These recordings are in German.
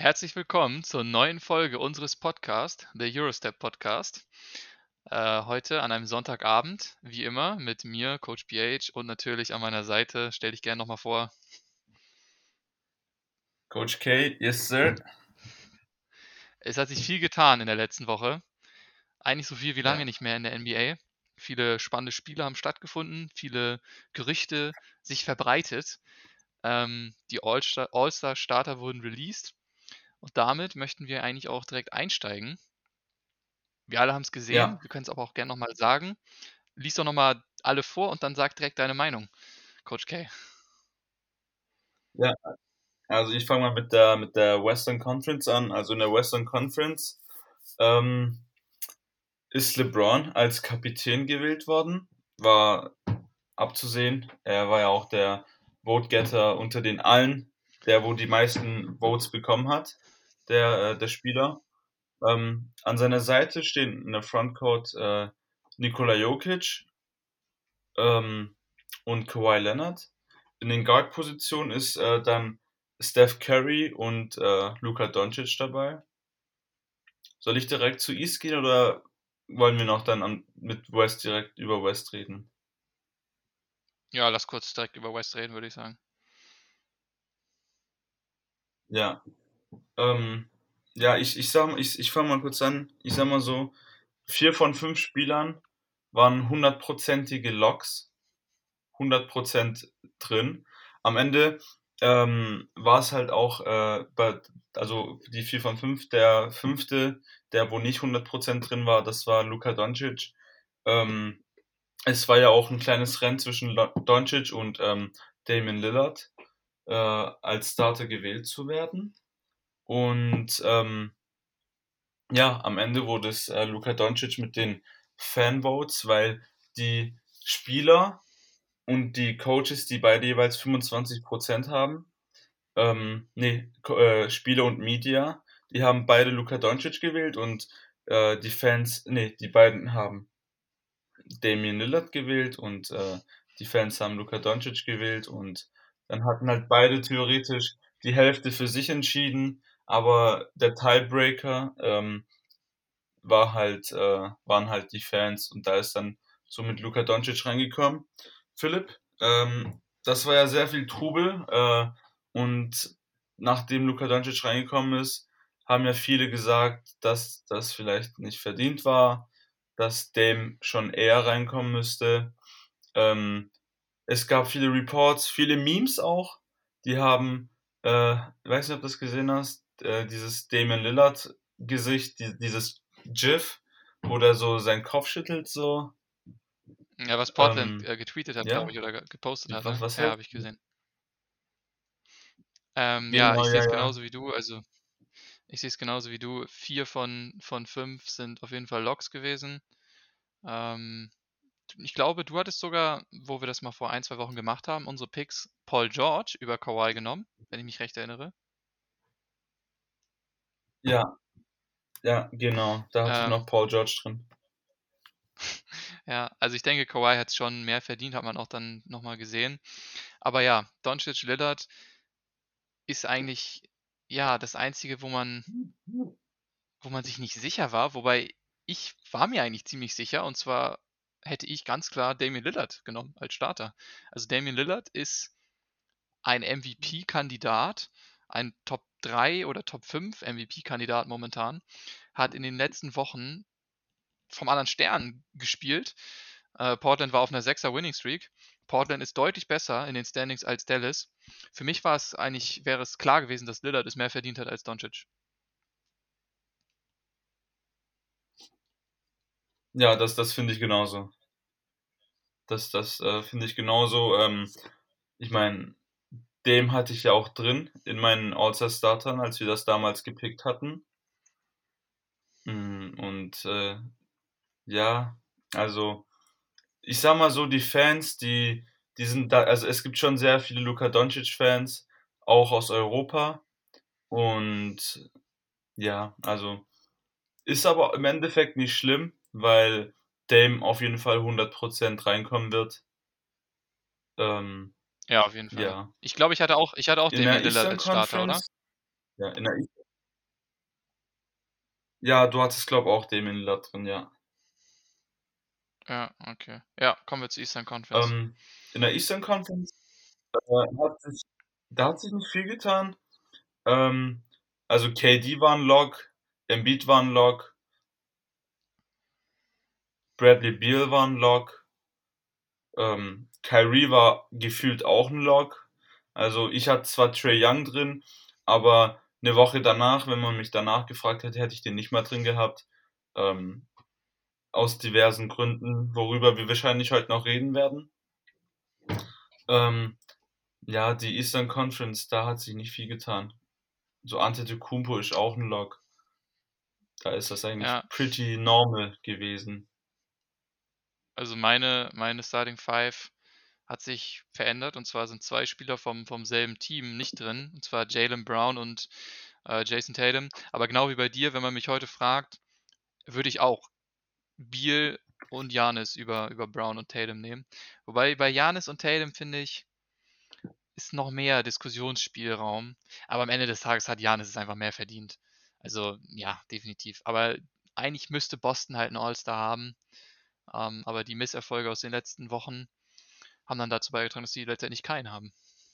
Herzlich willkommen zur neuen Folge unseres Podcasts, der Eurostep Podcast. Heute an einem Sonntagabend, wie immer, mit mir, Coach PH, und natürlich an meiner Seite, stell dich gerne nochmal vor. Coach K, yes sir. Es hat sich viel getan in der letzten Woche. Eigentlich so viel wie lange Ja. nicht mehr in der NBA. Viele spannende Spiele haben stattgefunden, viele Gerüchte sich verbreitet. Die All-Star-Starter wurden released und damit möchten wir eigentlich auch direkt einsteigen. Wir alle haben es gesehen, Ja, wir können es aber auch gerne nochmal sagen. Lies doch nochmal alle vor und dann sag direkt deine Meinung, Coach K. ja. Also ich fange mal mit der Western Conference an. Also in der Western Conference ähm, ist LeBron als Kapitän gewählt worden. War abzusehen. Er war ja auch der Vote-Getter unter den allen, der wo die meisten Votes bekommen hat, der Spieler. An seiner Seite stehen in der Frontcourt Nikola Jokic ähm, und Kawhi Leonard. In den Guard-Positionen ist dann Steph Curry und Luka Doncic dabei. Soll ich direkt zu East gehen oder wollen wir noch dann mit West direkt über West reden? Ja, lass kurz direkt über West reden, würde ich sagen. Ja, ähm, ja, ich fange mal kurz an. Ich sag mal so, 4 von 5 Spielern waren hundertprozentige Locks. 100% drin. Am Ende war es halt auch, also die 4 von 5, der fünfte, der wo nicht 100% drin war, das war Luka Doncic. Ähm, Es war ja auch ein kleines Rennen zwischen Doncic und Damian Lillard als Starter gewählt zu werden. Und ja, am Ende wurde es Luka Doncic mit den Fanvotes, weil die Spieler und die Coaches, die beide jeweils 25% haben, Spieler und Media, die haben beide Luka Doncic gewählt und die Fans, die beiden haben Damian Lillard gewählt und die Fans haben Luka Doncic gewählt und dann hatten halt beide theoretisch die Hälfte für sich entschieden, aber der Tiebreaker waren halt die Fans und da ist dann so mit Luka Doncic reingekommen. Philipp, das war ja sehr viel Trubel und nachdem Luka Doncic reingekommen ist, haben ja viele gesagt, dass das vielleicht nicht verdient war, dass Dame schon eher reinkommen müsste. Ähm, Es gab viele Reports, viele Memes auch, die haben, ich weiß nicht, ob du das gesehen hast, dieses Damian Lillard Gesicht, dieses GIF, wo der so seinen Kopf schüttelt, so. Ja, was Portland Ähm, getweetet hat, glaube ja, ich, oder gepostet was, hatte. was Ja, hältst habe ich du? gesehen. Ja, Genau, ich sehe ja, es ja. genauso wie du. Also, ich sehe es genauso wie du. 4 von 5 sind auf jeden Fall Locks gewesen. Ähm, Ich glaube, du hattest sogar, wo wir das mal vor 1, 2 Wochen gemacht haben, unsere Picks Paul George über Kawhi genommen, wenn ich mich recht erinnere. Ja, ja, genau. Da hatte ich Ähm, noch Paul George drin. Ja, also ich denke, Kawhi hat es schon mehr verdient, hat man auch dann nochmal gesehen. Aber ja, Doncic Lillard ist eigentlich ja das Einzige, wo man sich nicht sicher war, wobei ich war mir eigentlich ziemlich sicher, und zwar hätte ich ganz klar Damian Lillard genommen als Starter. Also Damian Lillard ist ein MVP-Kandidat, ein Top 3 oder Top 5 MVP-Kandidat momentan, hat in den letzten Wochen vom anderen Stern gespielt. Portland war auf einer 6er Winning Streak. Portland ist deutlich besser in den Standings als Dallas. Für mich wäre es klar gewesen, dass Lillard es mehr verdient hat als Doncic. Ja, das finde ich genauso. Das finde ich genauso. Ich meine, dem hatte ich ja auch drin in meinen All-Star-Startern, als wir das damals gepickt hatten. Und ja, also ich sag mal so, die Fans, die sind da, also es gibt schon sehr viele Luka Doncic-Fans, auch aus Europa. Und ja, also ist aber im Endeffekt nicht schlimm, weil Dame auf jeden Fall 100% reinkommen wird. Ähm, Ja, auf jeden Fall. ja. Ich glaube, ich hatte auch In Damian der Lillard Eastern als Starter, oder? Conference, ja, in der East Ja, du hattest, glaube ich, auch Damian Lillard drin, ja. Ja, okay. Ja, kommen wir zur Eastern Conference. Ähm, in der Eastern Conference hat sich, da hat sich nicht viel getan. Ähm, also KD war ein Lock, Embiid war ein Lock, Bradley Beal war ein Lock, Kyrie war gefühlt auch ein Lock. Also ich hatte zwar Trae Young drin, aber eine Woche danach, wenn man mich danach gefragt hätte, hätte ich den nicht mehr drin gehabt. Ähm, aus diversen Gründen, worüber wir wahrscheinlich heute noch reden werden. Ähm, ja, die Eastern Conference, da hat sich nicht viel getan. So Antetokounmpo ist auch ein Lock. Da ist das eigentlich Ja, pretty normal gewesen. also meine Starting Five hat sich verändert, und zwar sind 2 Spieler vom selben Team nicht drin, und zwar Jaylen Brown und, Jason Tatum. Aber genau wie bei dir, wenn man mich heute fragt, würde ich auch Beal und Giannis über Brown und Tatum nehmen. Wobei bei Giannis und Tatum, finde ich, ist noch mehr Diskussionsspielraum. Aber am Ende des Tages hat Giannis es einfach mehr verdient. Also, ja, definitiv. Aber eigentlich müsste Boston halt 'n All-Star haben. Aber die Misserfolge aus den letzten Wochen haben dann dazu beigetragen, dass sie letztendlich keinen haben.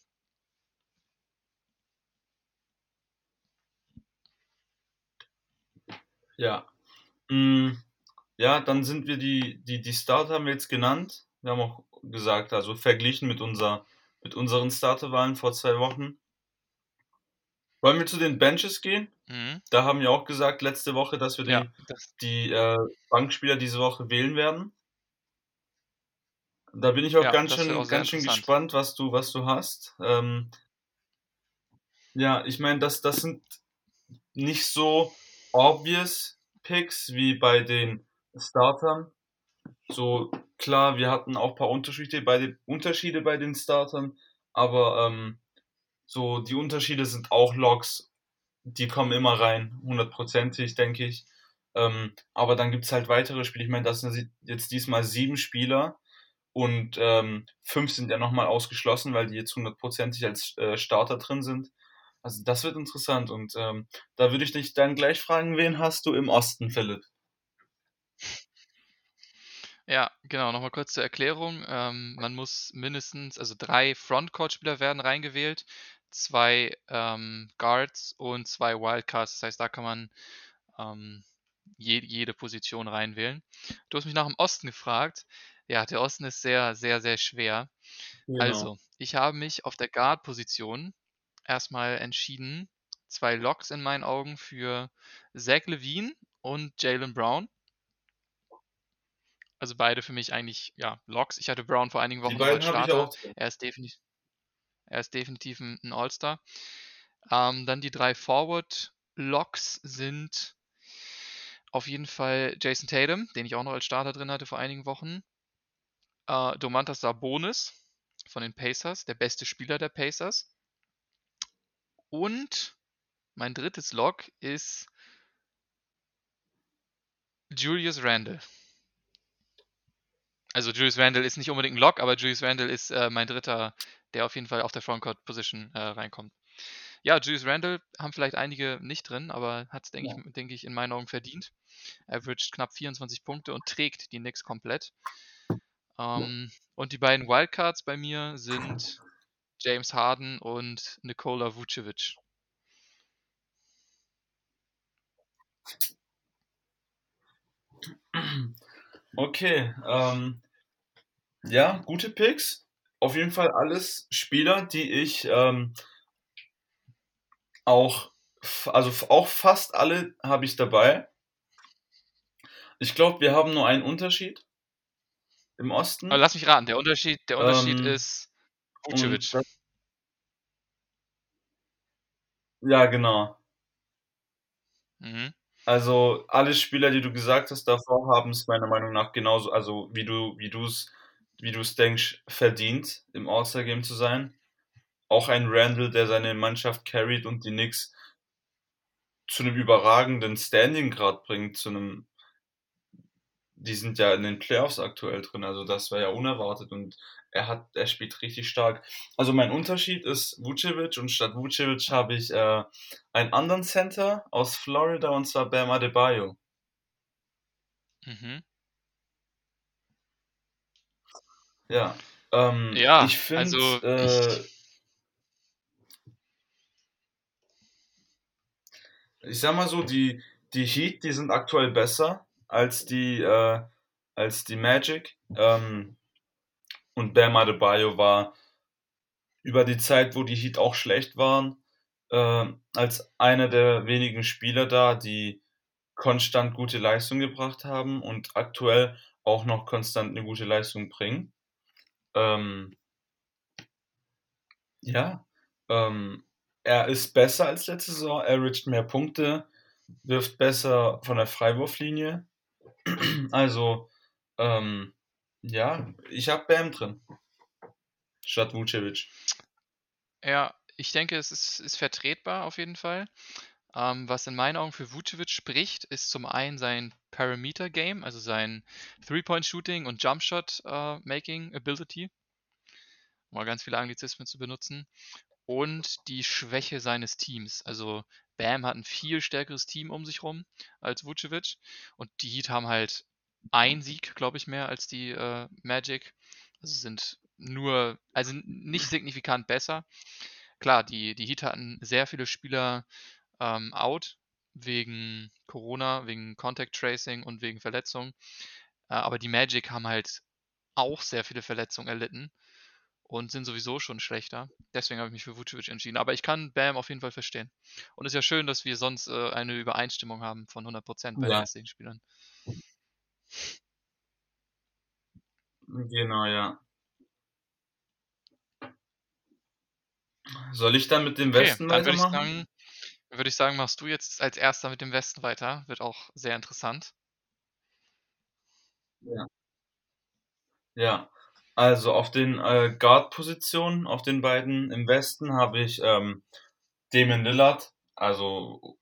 Ja. Mm, ja, dann sind wir die Starter haben wir jetzt genannt. Wir haben auch gesagt, also verglichen mit unseren Starterwahlen vor 2 Wochen. Wollen wir zu den Benches gehen? Mhm. Da haben wir auch gesagt letzte Woche, dass wir Ja, die Bankspieler diese Woche wählen werden. Da bin ich auch ja, das wird auch sehr ganz schön interessant. gespannt, was du hast. Ja, ich meine, das sind nicht so obvious Picks wie bei den Startern. So klar, wir hatten auch ein paar Unterschiede bei den Startern, aber so die Unterschiede sind auch Logs, die kommen immer rein, hundertprozentig, denke ich. Aber dann gibt's halt weitere Spiele. Ich meine, das sind jetzt diesmal 7 Spieler und 5 sind ja nochmal ausgeschlossen, weil die jetzt hundertprozentig als Starter drin sind. Also das wird interessant und da würde ich dich dann gleich fragen, wen hast du im Osten, Philipp? Ja, genau, noch mal kurz zur Erklärung. Man muss mindestens, also 3 Frontcourt-Spieler werden reingewählt, 2 Guards und 2 Wildcards. Das heißt, da kann man, ähm, jede Position reinwählen. Du hast mich nach dem Osten gefragt. Ja, der Osten ist sehr, sehr, sehr schwer. Genau. Also, ich habe mich auf der Guard-Position erstmal entschieden, 2 Locks in meinen Augen für Zach LaVine und Jaylen Brown. Also beide für mich eigentlich, ja, Locks. Ich hatte Brown vor einigen Die Wochen noch beiden als habe ich Starter. auch drin. Er ist definitiv 'n All-Star. Dann die 3 Forward-Locks sind auf jeden Fall Jason Tatum, den ich auch noch als Starter drin hatte vor einigen Wochen. Domantas Sabonis von den Pacers, der beste Spieler der Pacers. Und mein drittes Lock ist Julius Randle. Also Julius Randle ist nicht unbedingt 'n Lock, aber Julius Randle ist, mein dritter, der auf jeden Fall auf der Frontcourt Position, reinkommt. Ja, Julius Randle haben vielleicht einige nicht drin, aber hat es, Ja. denke ich, in meinen Augen verdient. Er averaged knapp 24 Punkte und trägt die Knicks komplett. Und die beiden Wildcards bei mir sind James Harden und Nikola Vucevic. Okay, ja, gute Picks. Auf jeden Fall alles Spieler, die ich auch, auch fast alle habe ich dabei. Ich glaube, wir haben nur einen Unterschied im Aber Osten. lass mich raten, der Unterschied Ähm, ist und Vucevic. das, ja, genau. Mhm. Also alle Spieler, die du gesagt hast davor, haben es meiner Meinung nach genauso, also wie du es denkst, verdient, im All-Star-Game zu sein. Auch ein Randall, der seine Mannschaft carried und die Knicks zu einem überragenden Standing grad bringt, die sind ja in den Playoffs aktuell drin, also das war ja unerwartet und er spielt richtig stark. Also mein Unterschied ist Vucevic, und statt Vucevic habe ich einen anderen Center aus Florida, und zwar Bam Adebayo. Mhm. Ja, Ja, ich finde, also ich ich sag mal so, die Heat, die sind aktuell besser als die Magic. Und Bam Adebayo war über die Zeit, wo die Heat auch schlecht waren, als einer der wenigen Spieler da, die konstant gute Leistung gebracht haben und aktuell auch noch konstant eine gute Leistung bringen. Ähm, ja, ähm, er ist besser als letzte Saison, er averaged mehr Punkte, wirft besser von der Freiwurflinie. Also, ähm, ja, ich habe Bam drin, statt Vucevic. ja, ich denke, es ist vertretbar auf jeden Fall. Was in meinen Augen für Vucevic spricht, ist zum einen sein Perimeter-Game, also sein Three-Point-Shooting und Jumpshot, Making Ability, um mal ganz viele Anglizismen zu benutzen, und die Schwäche seines Teams. Also, Bam hat ein viel stärkeres Team um sich rum als Vucevic, und die Heat haben halt einen Sieg, glaube ich, mehr als die, Magic. Also, sind nicht signifikant besser. Klar, die Heat hatten sehr viele Spieler, out wegen Corona, wegen Contact Tracing und wegen Verletzungen. Aber die Magic haben halt auch sehr viele Verletzungen erlitten und sind sowieso schon schlechter. Deswegen habe ich mich für Vucevic entschieden. Aber ich kann Bam auf jeden Fall verstehen. Und es ist ja schön, dass wir sonst eine Übereinstimmung haben von 100% bei den Ja, restlichen Spielern. genau, ja. Soll ich dann mit dem Okay, Westen dann weitermachen? würde ich sagen, machst du jetzt als Erster mit dem Westen weiter. Wird auch sehr interessant. Ja. Ja. Also auf den Guard-Positionen, auf den beiden im Westen, habe ich Damian Lillard, also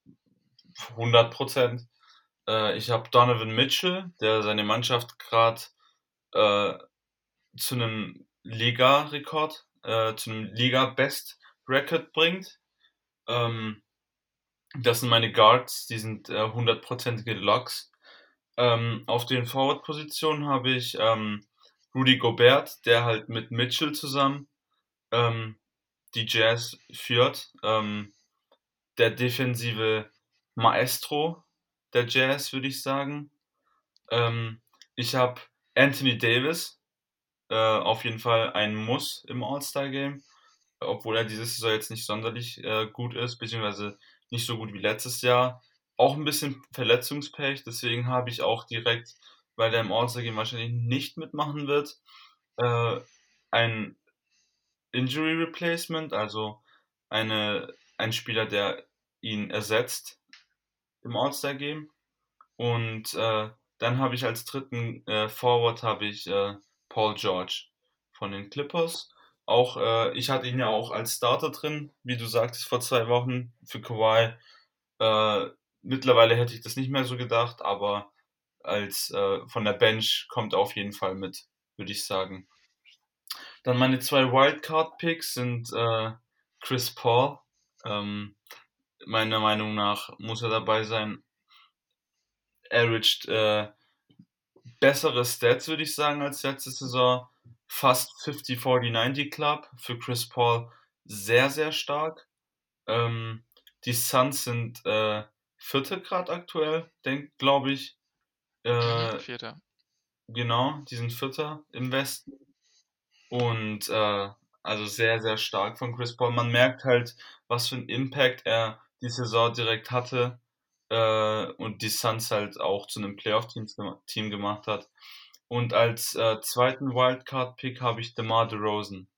100%. Ich habe Donovan Mitchell, der seine Mannschaft gerade äh, zu einem Liga-Rekord, zu einem Liga-Best-Record bringt. Ähm, Das sind meine Guards, die sind 100%ige Locks. Auf den Forward-Positionen habe ich Rudy Gobert, der halt mit Mitchell zusammen ähm, die Jazz führt. Der defensive Maestro der Jazz, würde ich sagen. Ähm, Ich habe Anthony Davis, auf jeden Fall ein Muss im All-Star-Game, obwohl er dieses Saison jetzt nicht sonderlich gut ist, beziehungsweise nicht so gut wie letztes Jahr. Auch ein bisschen Verletzungspech, deswegen habe ich auch direkt, weil er im All-Star-Game wahrscheinlich nicht mitmachen wird, äh, ein Injury Replacement, also ein Spieler, der ihn ersetzt im All-Star-Game. Und dann habe ich als dritten Forward habe ich Paul George von den Clippers. Auch ich hatte ihn ja auch als Starter drin, wie du sagtest, vor 2 Wochen für Kawhi. Äh, Mittlerweile hätte ich das nicht mehr so gedacht, aber als von der Bench kommt er auf jeden Fall mit, würde ich sagen. Dann meine zwei Wildcard-Picks sind Chris Paul. Ähm, Meiner Meinung nach muss er dabei sein. Averaged bessere Stats, würde ich sagen, als letzte Saison. Fast 50-40-90 Club für Chris Paul. Sehr, sehr stark. Die Suns sind Vierte Grad aktuell, glaube ich. Mhm, Äh, Vierter. genau, die sind Vierter im Westen. Und also sehr, sehr stark von Chris Paul. Man merkt halt, was für einen Impact er die Saison direkt hatte und die Suns halt auch zu einem Playoff-Team gemacht hat. Und als zweiten Wildcard-Pick habe ich DeMar DeRozan.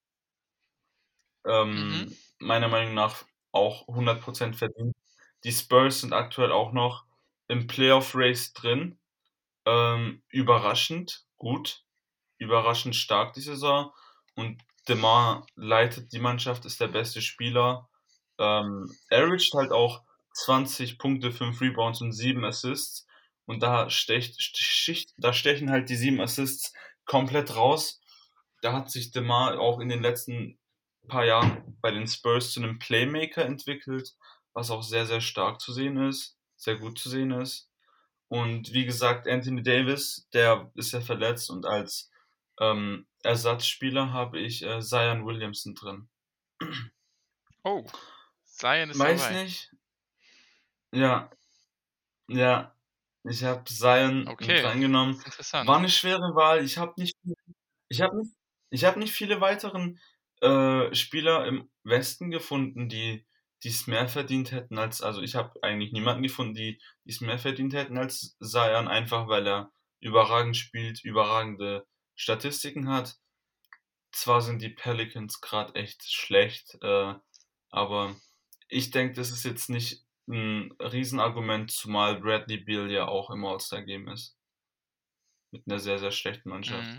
Mhm, Meiner Meinung nach auch 100% verdient. Die Spurs sind aktuell auch noch im Playoff-Race drin. Überraschend gut, überraschend stark die Saison. Und DeMar leitet die Mannschaft, ist der beste Spieler. Averaged halt auch 20 Punkte, 5 Rebounds und 7 Assists. Und da stechen halt die 7 Assists komplett raus. da hat sich DeMar auch in den letzten paar Jahren bei den Spurs zu einem Playmaker entwickelt, was auch sehr, sehr stark zu sehen ist, sehr gut zu sehen ist. Und wie gesagt, Anthony Davis, der ist ja verletzt und als Ersatzspieler habe ich Zion Williamson drin. Oh, Zion ist Weiß dabei. nicht. Ja, ja. Ich habe Zion mit Okay, reingenommen. ist War interessant. eine schwere Wahl. Ich habe nicht, ich habe nicht viele weiteren Spieler im Westen gefunden, die es mehr verdient hätten also ich habe eigentlich niemanden gefunden, die es mehr verdient hätten als Zion, einfach weil er überragend spielt, überragende Statistiken hat. Zwar sind die Pelicans gerade echt schlecht, aber ich denke, das ist jetzt nicht ein Riesenargument, zumal Bradley Beal ja auch im All-Star-Game ist. Mit einer sehr, sehr schlechten Mannschaft. Mhm.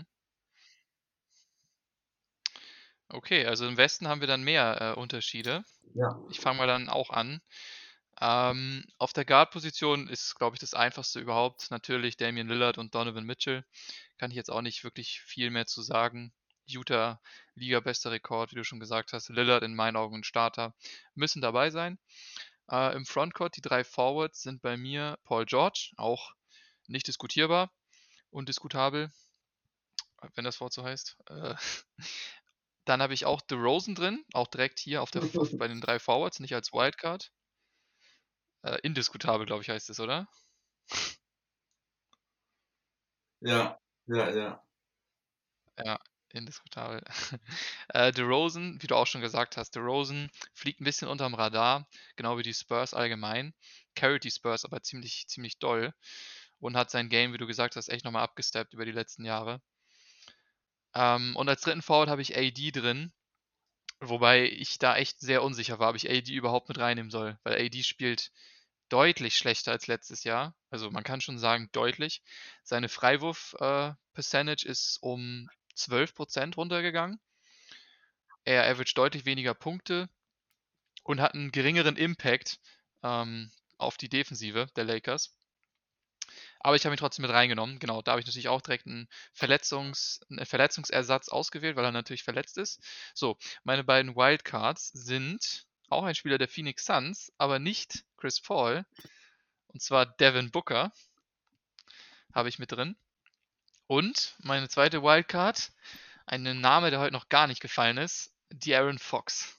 Okay, also im Westen haben wir dann mehr Unterschiede. Ja. Ich fange mal dann auch an. Auf der Guard-Position ist, glaube ich, das Einfachste überhaupt natürlich Damian Lillard und Donovan Mitchell. Kann ich jetzt auch nicht wirklich viel mehr zu sagen. Utah, Liga-bester Rekord, wie du schon gesagt hast. Lillard in meinen Augen ein Starter. Müssen dabei sein. Im Frontcourt, die drei Forwards sind bei mir Paul George, auch nicht diskutierbar, undiskutabel, wenn das Wort so heißt. Dann habe ich auch DeRozan drin, auch direkt hier bei den drei Forwards, nicht als Wildcard. Indiskutabel, glaube ich, heißt es, oder? Ja, ja, ja. Ja, indiskutabel. DeRozan, wie du auch schon gesagt hast, DeRozan fliegt ein bisschen unterm Radar, genau wie die Spurs allgemein. Carried die Spurs aber ziemlich, ziemlich doll und hat sein Game, wie du gesagt hast, echt nochmal abgesteppt über die letzten Jahre. Und als dritten Forward habe ich AD drin, wobei ich da echt sehr unsicher war, ob ich AD überhaupt mit reinnehmen soll, weil AD spielt deutlich schlechter als letztes Jahr. Also man kann schon sagen, deutlich. Seine Freiwurf-Percentage ist um 12% runtergegangen. Er averaged deutlich weniger Punkte und hat einen geringeren Impact auf die Defensive der Lakers. Aber ich habe ihn trotzdem mit reingenommen. Genau, da habe ich natürlich auch direkt einen Verletzungsersatz ausgewählt, weil er natürlich verletzt ist. So, meine beiden Wildcards sind auch ein Spieler der Phoenix Suns, aber nicht Chris Paul. Und zwar Devin Booker habe ich mit drin. Und meine zweite Wildcard, ein Name, der heute noch gar nicht gefallen ist, De'Aaron Fox.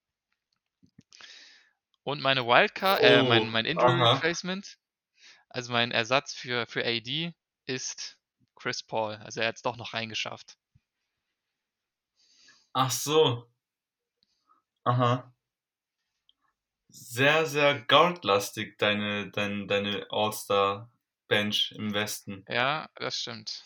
Und meine Wildcard, Oh, mein Injury aha. Replacement, also mein Ersatz für AD ist Chris Paul. Also er hat es doch noch reingeschafft. Ach so. Aha. Sehr, sehr guardlastig, deine All-Star-Bench im Westen. Ja, das stimmt.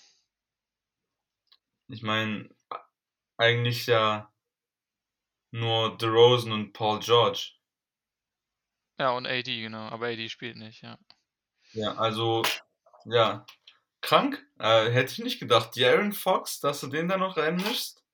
Ich meine, eigentlich ja nur DeRozan und Paul George. Ja, und AD, genau. Aber AD spielt nicht, ja. Ja, also, ja, krank. Hätte ich nicht gedacht. De'Aaron Fox, dass du den da noch reinmischst?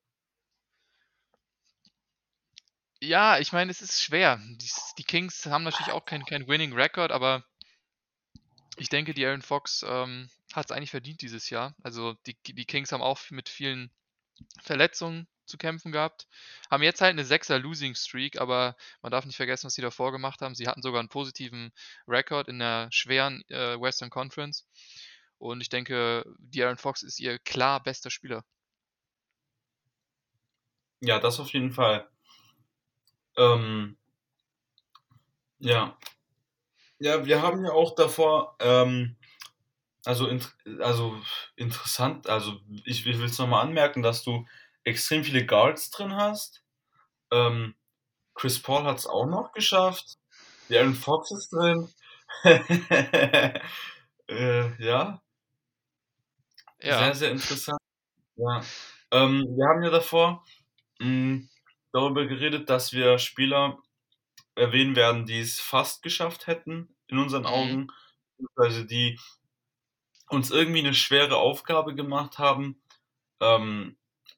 Ja, ich meine, es ist schwer. Die Kings haben natürlich auch kein Winning Record, aber ich denke, die Aaron Fox hat es eigentlich verdient dieses Jahr. Also die Kings haben auch mit vielen Verletzungen zu kämpfen gehabt. Haben jetzt halt eine 6er Losing Streak, aber man darf nicht vergessen, was sie davor gemacht haben. Sie hatten sogar einen positiven Rekord in der schweren Western Conference. Und ich denke, De'Aaron Fox ist ihr klar bester Spieler. Ja, das auf jeden Fall. Ähm, ja. Ja, wir haben ja auch davor, also, also interessant, also ich will es nochmal anmerken, dass du extrem viele Guards drin hast. Ähm, Chris Paul hat es auch noch geschafft. De'Aaron Fox ist drin. Ja, sehr, Ja. sehr interessant. Ja. Wir haben ja davor mh, darüber geredet, dass wir Spieler erwähnen werden, die es fast geschafft hätten, in unseren Mhm. Augen, beziehungsweise die uns irgendwie eine schwere Aufgabe gemacht haben, ähm,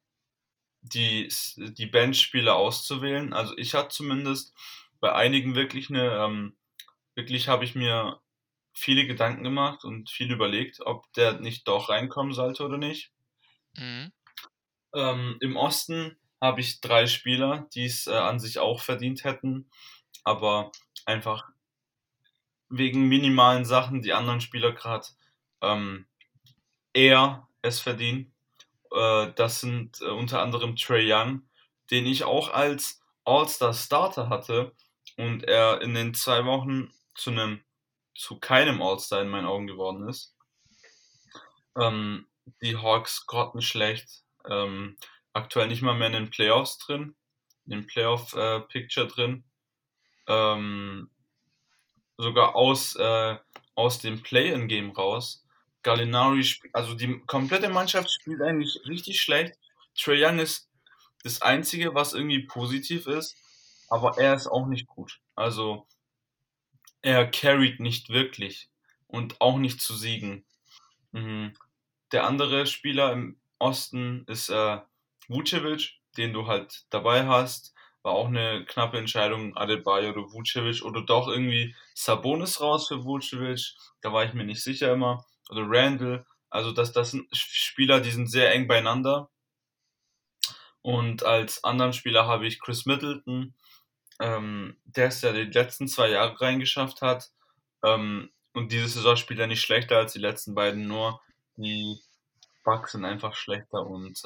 die Benchspieler auszuwählen. Also ich hatte zumindest bei einigen wirklich habe ich mir viele Gedanken gemacht und viel überlegt, ob der nicht doch reinkommen sollte oder nicht. Mhm. Im Osten habe ich 3 Spieler, die es an sich auch verdient hätten, aber einfach wegen minimalen Sachen die anderen Spieler gerade ähm, eher es verdienen. Das sind unter anderem Trae Young, den ich auch als All-Star-Starter hatte und er in den 2 Wochen zu keinem All-Star in meinen Augen geworden ist. Ähm, die Hawks grottenschlecht. Aktuell nicht mal mehr in den Playoffs drin, in dem Playoff-Picture drin. Ähm, sogar aus dem Play-in-Game raus. Gallinari, also die komplette Mannschaft spielt eigentlich richtig schlecht. Trae Young ist das Einzige, was irgendwie positiv ist, aber er ist auch nicht gut. Also er carried nicht wirklich und auch nicht zu Siegen. Mhm. Der andere Spieler im Osten ist Vucevic, den du halt dabei hast. War auch eine knappe Entscheidung, Adebayo oder Vucevic oder doch irgendwie Sabonis raus für Vucevic. Da war ich mir nicht sicher immer. Oder Randall. Also das sind Spieler, die sind sehr eng beieinander. Und als anderen Spieler habe ich Chris Middleton, der es ja die letzten 2 Jahre reingeschafft hat. Und diese Saison spielt er nicht schlechter als die letzten beiden, nur die Bugs sind einfach schlechter und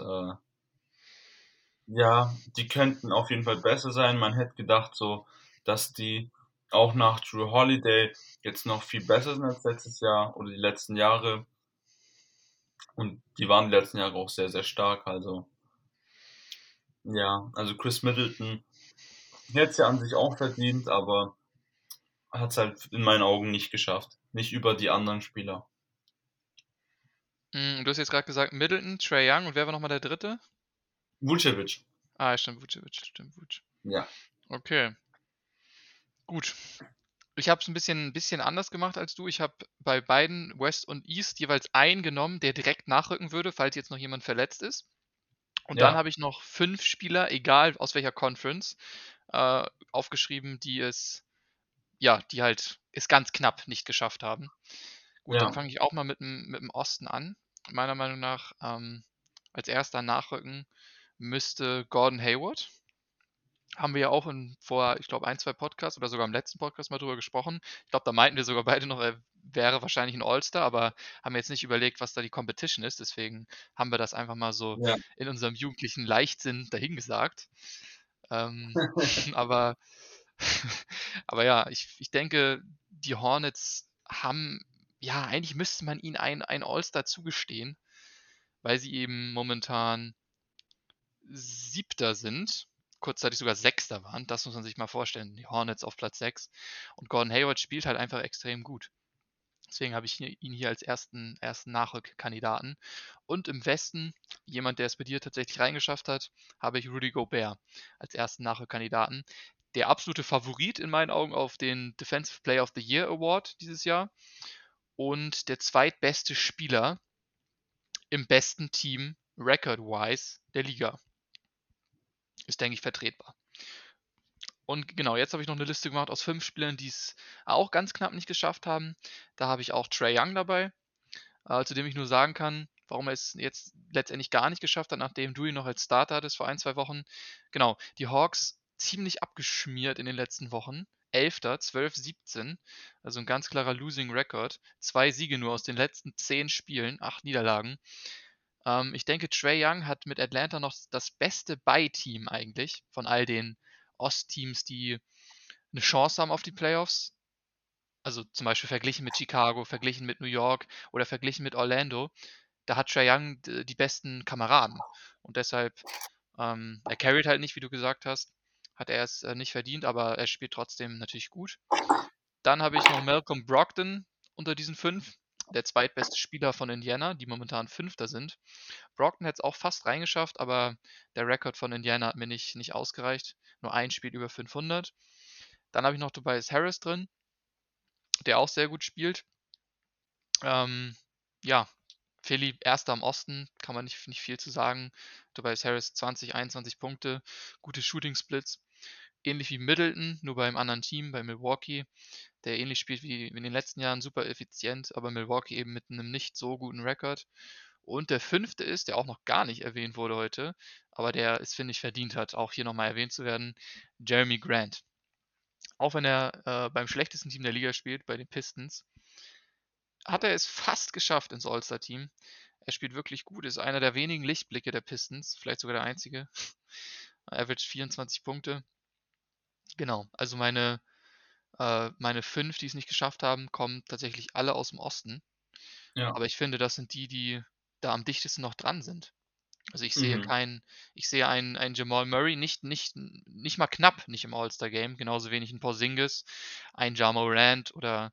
ja, die könnten auf jeden Fall besser sein. Man hätte gedacht so, dass die auch nach Drew Holiday jetzt noch viel besser sind als letztes Jahr oder die letzten Jahre. Und die waren die letzten Jahre auch sehr, sehr stark. Also ja, also Chris Middleton hätte es ja an sich auch verdient, aber hat es halt in meinen Augen nicht geschafft. Nicht über die anderen Spieler. Du hast jetzt gerade gesagt Middleton, Trae Young und wer war nochmal der dritte? Vucevic, Ah, ja, stimmt, Vucevic, stimmt, Vuce. ja. Okay, gut. Ich habe es ein bisschen anders gemacht als du. Ich habe bei beiden West und East jeweils einen genommen, der direkt nachrücken würde, falls jetzt noch jemand verletzt ist. Und dann Ja, habe ich noch 5 Spieler, egal aus welcher Conference, aufgeschrieben, die halt es ganz knapp nicht geschafft haben. Gut, dann ja, fange ich auch mal mit dem Osten an. Meiner Meinung nach, als erster nachrücken müsste Gordon Hayward. Haben wir ja auch vor, ich glaube, ein, 2 Podcasts oder sogar im letzten Podcast mal drüber gesprochen. Ich glaube, da meinten wir sogar beide noch, er wäre wahrscheinlich ein All-Star, aber haben jetzt nicht überlegt, was da die Competition ist. Deswegen haben wir das einfach mal so ja, in unserem jugendlichen Leichtsinn dahingesagt. Aber, aber ja, ich denke, die Hornets haben, ja, eigentlich müsste man ihnen ein All-Star zugestehen, weil sie eben momentan Siebter sind, kurzzeitig sogar Sechster waren. Das muss man sich mal vorstellen. Die Hornets auf Platz 6. Und Gordon Hayward spielt halt einfach extrem gut. Deswegen habe ich ihn hier als ersten Nachrückkandidaten. Und im Westen, jemand, der es bei dir tatsächlich reingeschafft hat, habe ich Rudy Gobert als ersten Nachrückkandidaten. Der absolute Favorit in meinen Augen auf den Defensive Player of the Year Award dieses Jahr und der zweitbeste Spieler im besten Team record-wise der Liga. Ist, denke ich, vertretbar. Und genau, jetzt habe ich noch eine Liste gemacht aus 5 Spielern, die es auch ganz knapp nicht geschafft haben. Da habe ich auch Trae Young dabei, zu dem ich nur sagen kann, warum er es jetzt letztendlich gar nicht geschafft hat, nachdem du ihn noch als Starter hattest vor ein, 2 Wochen. Genau, die Hawks ziemlich abgeschmiert in den letzten Wochen. 11., 12, 17, also ein ganz klarer Losing Record. 2 Siege nur aus den letzten 10 Spielen, 8 Niederlagen. Ich denke, Trae Young hat mit Atlanta noch das beste Bye-Team eigentlich von all den Ostteams, die eine Chance haben auf die Playoffs. Also zum Beispiel verglichen mit Chicago, verglichen mit New York oder verglichen mit Orlando. Da hat Trae Young die besten Kameraden. Und deshalb, er carried halt nicht, wie du gesagt hast, hat er es nicht verdient, aber er spielt trotzdem natürlich gut. Dann habe ich noch Malcolm Brogdon unter diesen 5, der zweitbeste Spieler von Indiana, die momentan Fünfter sind. Brogdon hätte es auch fast reingeschafft, aber der Rekord von Indiana hat mir nicht ausgereicht. Nur ein Spiel über 500. Dann habe ich noch Tobias Harris drin, der auch sehr gut spielt. Ähm, ja, Philly Erster am Osten, kann man nicht viel zu sagen. Tobias Harris 20, 21 Punkte, gute Shooting Splits. Ähnlich wie Middleton, nur beim anderen Team, bei Milwaukee, der ähnlich spielt wie in den letzten Jahren, super effizient, aber Milwaukee eben mit einem nicht so guten Rekord. Und der 5. ist, der auch noch gar nicht erwähnt wurde heute, aber der es, finde ich, verdient hat, auch hier nochmal erwähnt zu werden, Jeremy Grant. Auch wenn er beim schlechtesten Team der Liga spielt, bei den Pistons, hat er es fast geschafft ins All-Star-Team. Er spielt wirklich gut, ist einer der wenigen Lichtblicke der Pistons, vielleicht sogar der einzige. Er average 24 Punkte. Genau, also meine 5, die es nicht geschafft haben, kommen tatsächlich alle aus dem Osten. Ja. Aber ich finde, das sind die, die da am dichtesten noch dran sind. Also Mhm. ich sehe einen Jamal Murray nicht mal knapp nicht im All-Star-Game, genauso wenig ein Porzingis, ein Ja Morant oder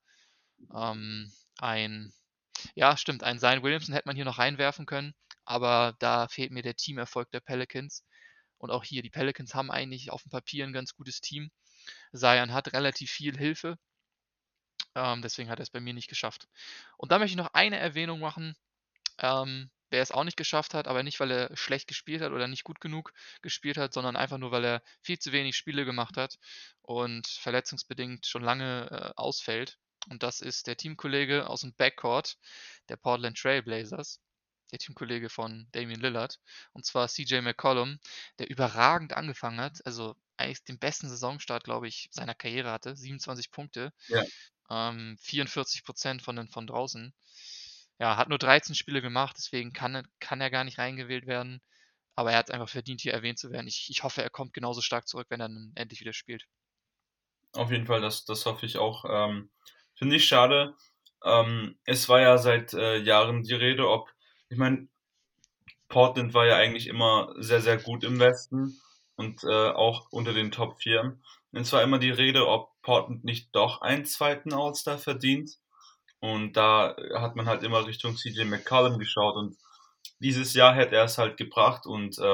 ein, ja, stimmt, einen Zion Williamson hätte man hier noch reinwerfen können, aber da fehlt mir der Teamerfolg der Pelicans. Und auch hier, die Pelicans haben eigentlich auf dem Papier ein ganz gutes Team. Zion hat relativ viel Hilfe, deswegen hat er es bei mir nicht geschafft. Und da möchte ich noch eine Erwähnung machen, wer es auch nicht geschafft hat, aber nicht, weil er schlecht gespielt hat oder nicht gut genug gespielt hat, sondern einfach nur, weil er viel zu wenig Spiele gemacht hat und verletzungsbedingt schon lange ausfällt. Und das ist der Teamkollege aus dem Backcourt der Portland Trail Blazers, der Teamkollege von Damian Lillard, und zwar CJ McCollum, der überragend angefangen hat, also eigentlich den besten Saisonstart, glaube ich, seiner Karriere hatte, 27 Punkte, Ja, 44% von draußen. Ja, hat nur 13 Spiele gemacht, deswegen kann er gar nicht reingewählt werden. Aber er hat es einfach verdient, hier erwähnt zu werden. Ich hoffe, er kommt genauso stark zurück, wenn er dann endlich wieder spielt. auf jeden Fall, das hoffe ich auch. Finde ich schade. Es war ja seit Jahren die Rede, ob, ich meine, Portland war ja eigentlich immer sehr, sehr gut im Westen und auch unter den Top 4. Und es war immer die Rede, ob Portland nicht doch einen zweiten All-Star verdient. Und da hat man halt immer Richtung CJ McCollum geschaut und dieses Jahr hätte er es halt gebracht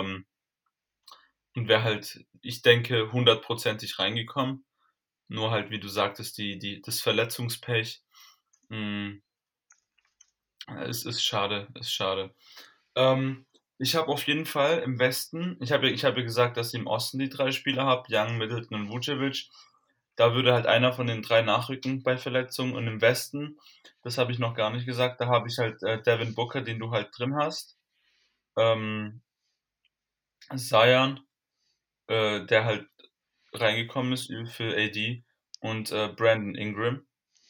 und wäre halt, ich denke, hundertprozentig reingekommen. Nur halt, wie du sagtest, das Verletzungspech, mh, es ist schade, ist schade. Ähm, ich habe auf jeden Fall im Westen, ich habe ja gesagt, dass ich im Osten die drei Spieler habe, Young, Middleton und Vucevic. Da würde halt einer von den drei nachrücken bei Verletzungen. Und im Westen, das habe ich noch gar nicht gesagt, da habe ich halt Devin Booker, den du halt drin hast. Ähm, Zion, der halt reingekommen ist für AD. Und Brandon Ingram.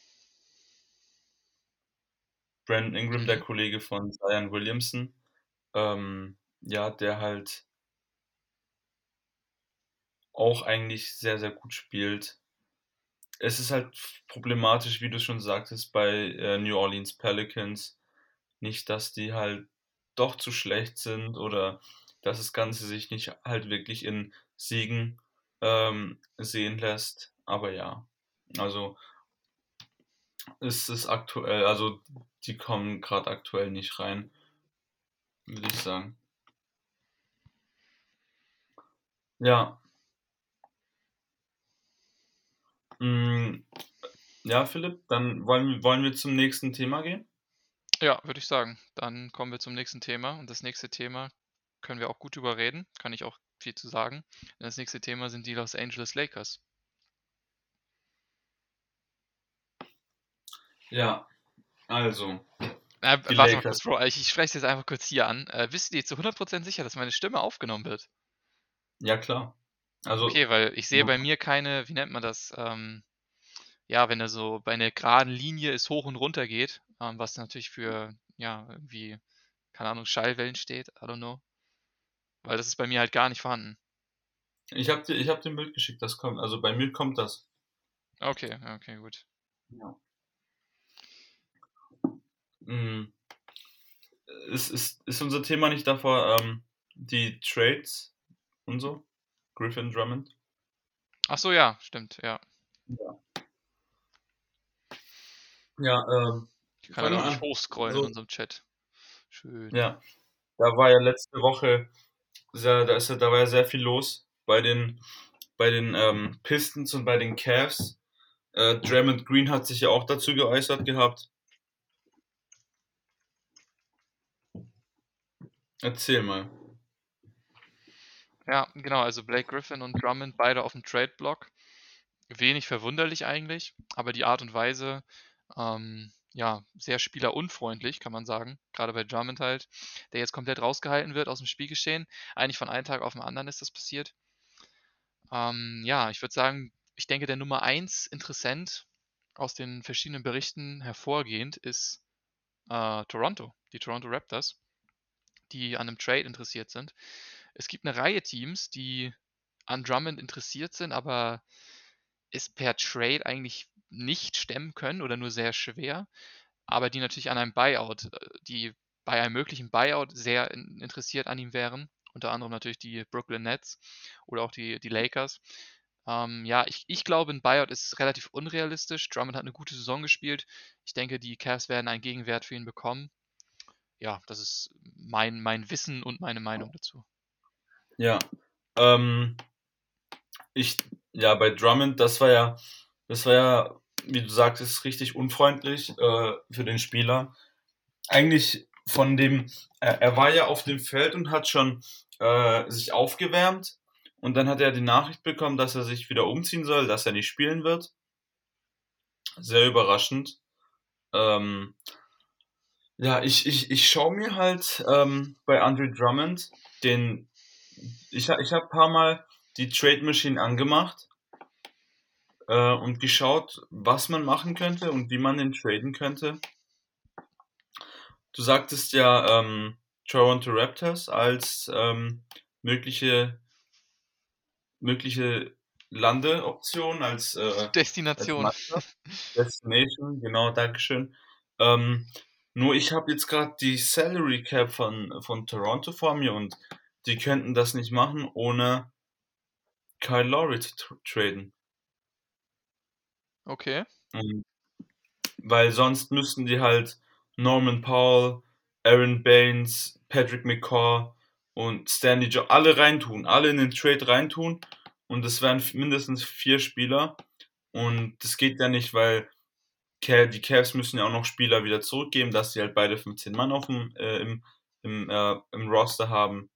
Brandon Ingram, der Mhm. Kollege von Zion Williamson. Ja, der halt auch eigentlich sehr, sehr gut spielt. Es ist halt problematisch, wie du schon sagtest, bei New Orleans Pelicans. Nicht, dass die halt doch zu schlecht sind oder dass das Ganze sich nicht halt wirklich in Siegen sehen lässt. Aber ja, also es ist aktuell, also die kommen gerade aktuell nicht rein, würde ich sagen. Ja, mm, ja, Philipp, dann wollen wir zum nächsten Thema gehen. Ja, würde ich sagen. Dann kommen wir zum nächsten Thema. Und das nächste Thema können wir auch gut drüber reden. Kann ich auch viel zu sagen. Denn das nächste Thema sind die Los Angeles Lakers. Ja, also, die Warte mal Lakers. kurz, Bro. Ich spreche es jetzt einfach kurz hier an. Bist du dir zu 100% sicher, dass meine Stimme aufgenommen wird? Ja, klar. Also, Okay, weil ich sehe bei mir keine, wie nennt man das? Ja, wenn er so bei einer geraden Linie es hoch und runter geht, was natürlich für, ja, irgendwie, keine Ahnung, Schallwellen steht, I don't know. Weil das ist bei mir halt gar nicht vorhanden. ich hab dir ein Bild geschickt, das kommt, also bei mir kommt das. Okay, okay, gut. Ja. Mm, ist unser Thema nicht davor, die Trades und so? Griffin Drummond? Ach so, ja, stimmt, ja. Ja. Ja, Ich kann ja fang mal nämlich an. hochscrollen in Also, unserem Chat. Schön. ja, da war ja letzte Woche da war ja sehr viel los bei den Pistons und bei den Cavs. Draymond Green hat sich ja auch dazu geäußert gehabt. Erzähl mal. Ja, genau, also Blake Griffin und Drummond beide auf dem Trade-Block. Wenig verwunderlich eigentlich, aber die Art und Weise, ja, sehr spielerunfreundlich, kann man sagen, gerade bei Drummond halt, der jetzt komplett rausgehalten wird aus dem Spielgeschehen. Eigentlich von einem Tag auf den anderen ist das passiert. Ja, ich würde sagen, ich denke, der Nummer eins Interessent aus den verschiedenen Berichten hervorgehend ist, Toronto, die Toronto Raptors, die an 'nem Trade interessiert sind. Es gibt eine Reihe Teams, die an Drummond interessiert sind, aber es per Trade eigentlich nicht stemmen können oder nur sehr schwer, aber die natürlich an einem Buyout die bei einem möglichen Buyout sehr interessiert an ihm wären, unter anderem natürlich die Brooklyn Nets oder auch die Lakers. Ja, ich glaube, ein Buyout ist relativ unrealistisch. Drummond hat eine gute Saison gespielt. Ich denke, die Cavs werden einen Gegenwert für ihn bekommen. Ja, das ist mein Wissen und meine Meinung dazu. Ja, ähm, ich, ja, bei Drummond, das war ja, wie du sagtest, richtig unfreundlich für den Spieler. Eigentlich er war ja auf dem Feld und hat schon sich aufgewärmt und dann hat er die Nachricht bekommen, dass er sich wieder umziehen soll, dass er nicht spielen wird. Sehr überraschend. Ähm, ja, ich schaue mir halt bei Andre Drummond den, ich hab ein paar Mal die Trade Machine angemacht und geschaut, was man machen könnte und wie man den traden könnte. Du sagtest ja Toronto Raptors als mögliche Landeoption, als Destination. Mannschaft, Destination, genau, Dankeschön. Ähm, nur ich habe jetzt gerade die Salary Cap von Toronto vor mir und die könnten das nicht machen, ohne Kyle Lowry zu traden. Okay. Und weil sonst müssten die halt Norman Powell, Aaron Baines, Patrick McCaw und Stanley Joe alle reintun, alle in den Trade reintun. Und das wären mindestens 4 Spieler. Und das geht ja nicht, weil die Cavs müssen ja auch noch Spieler wieder zurückgeben, dass sie halt beide 15 Mann im Roster haben.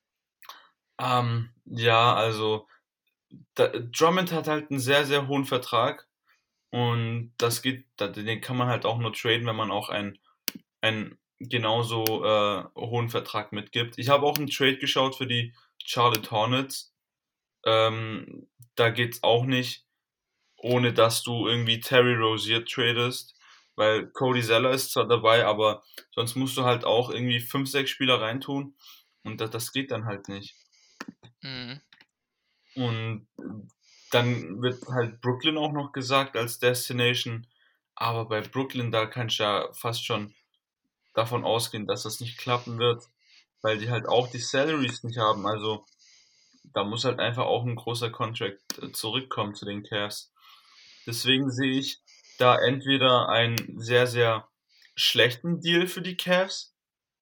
Ja, also Drummond hat halt einen sehr, sehr hohen Vertrag. Und den kann man halt auch nur traden, wenn man auch einen genauso hohen Vertrag mitgibt. Ich habe auch einen Trade geschaut für die Charlotte Hornets. Da geht's auch nicht, ohne dass du irgendwie Terry Rozier tradest, weil Cody Zeller ist zwar dabei, aber sonst musst du halt auch irgendwie 5, 6 Spieler reintun und das geht dann halt nicht. Mhm. Und dann wird halt Brooklyn auch noch gesagt als Destination, aber bei Brooklyn, da kann ich ja fast schon davon ausgehen, dass das nicht klappen wird, weil die halt auch die Salaries nicht haben. Also da muss halt einfach auch ein großer Contract zurückkommen zu den Cavs. Deswegen sehe ich da entweder einen sehr, sehr schlechten Deal für die Cavs,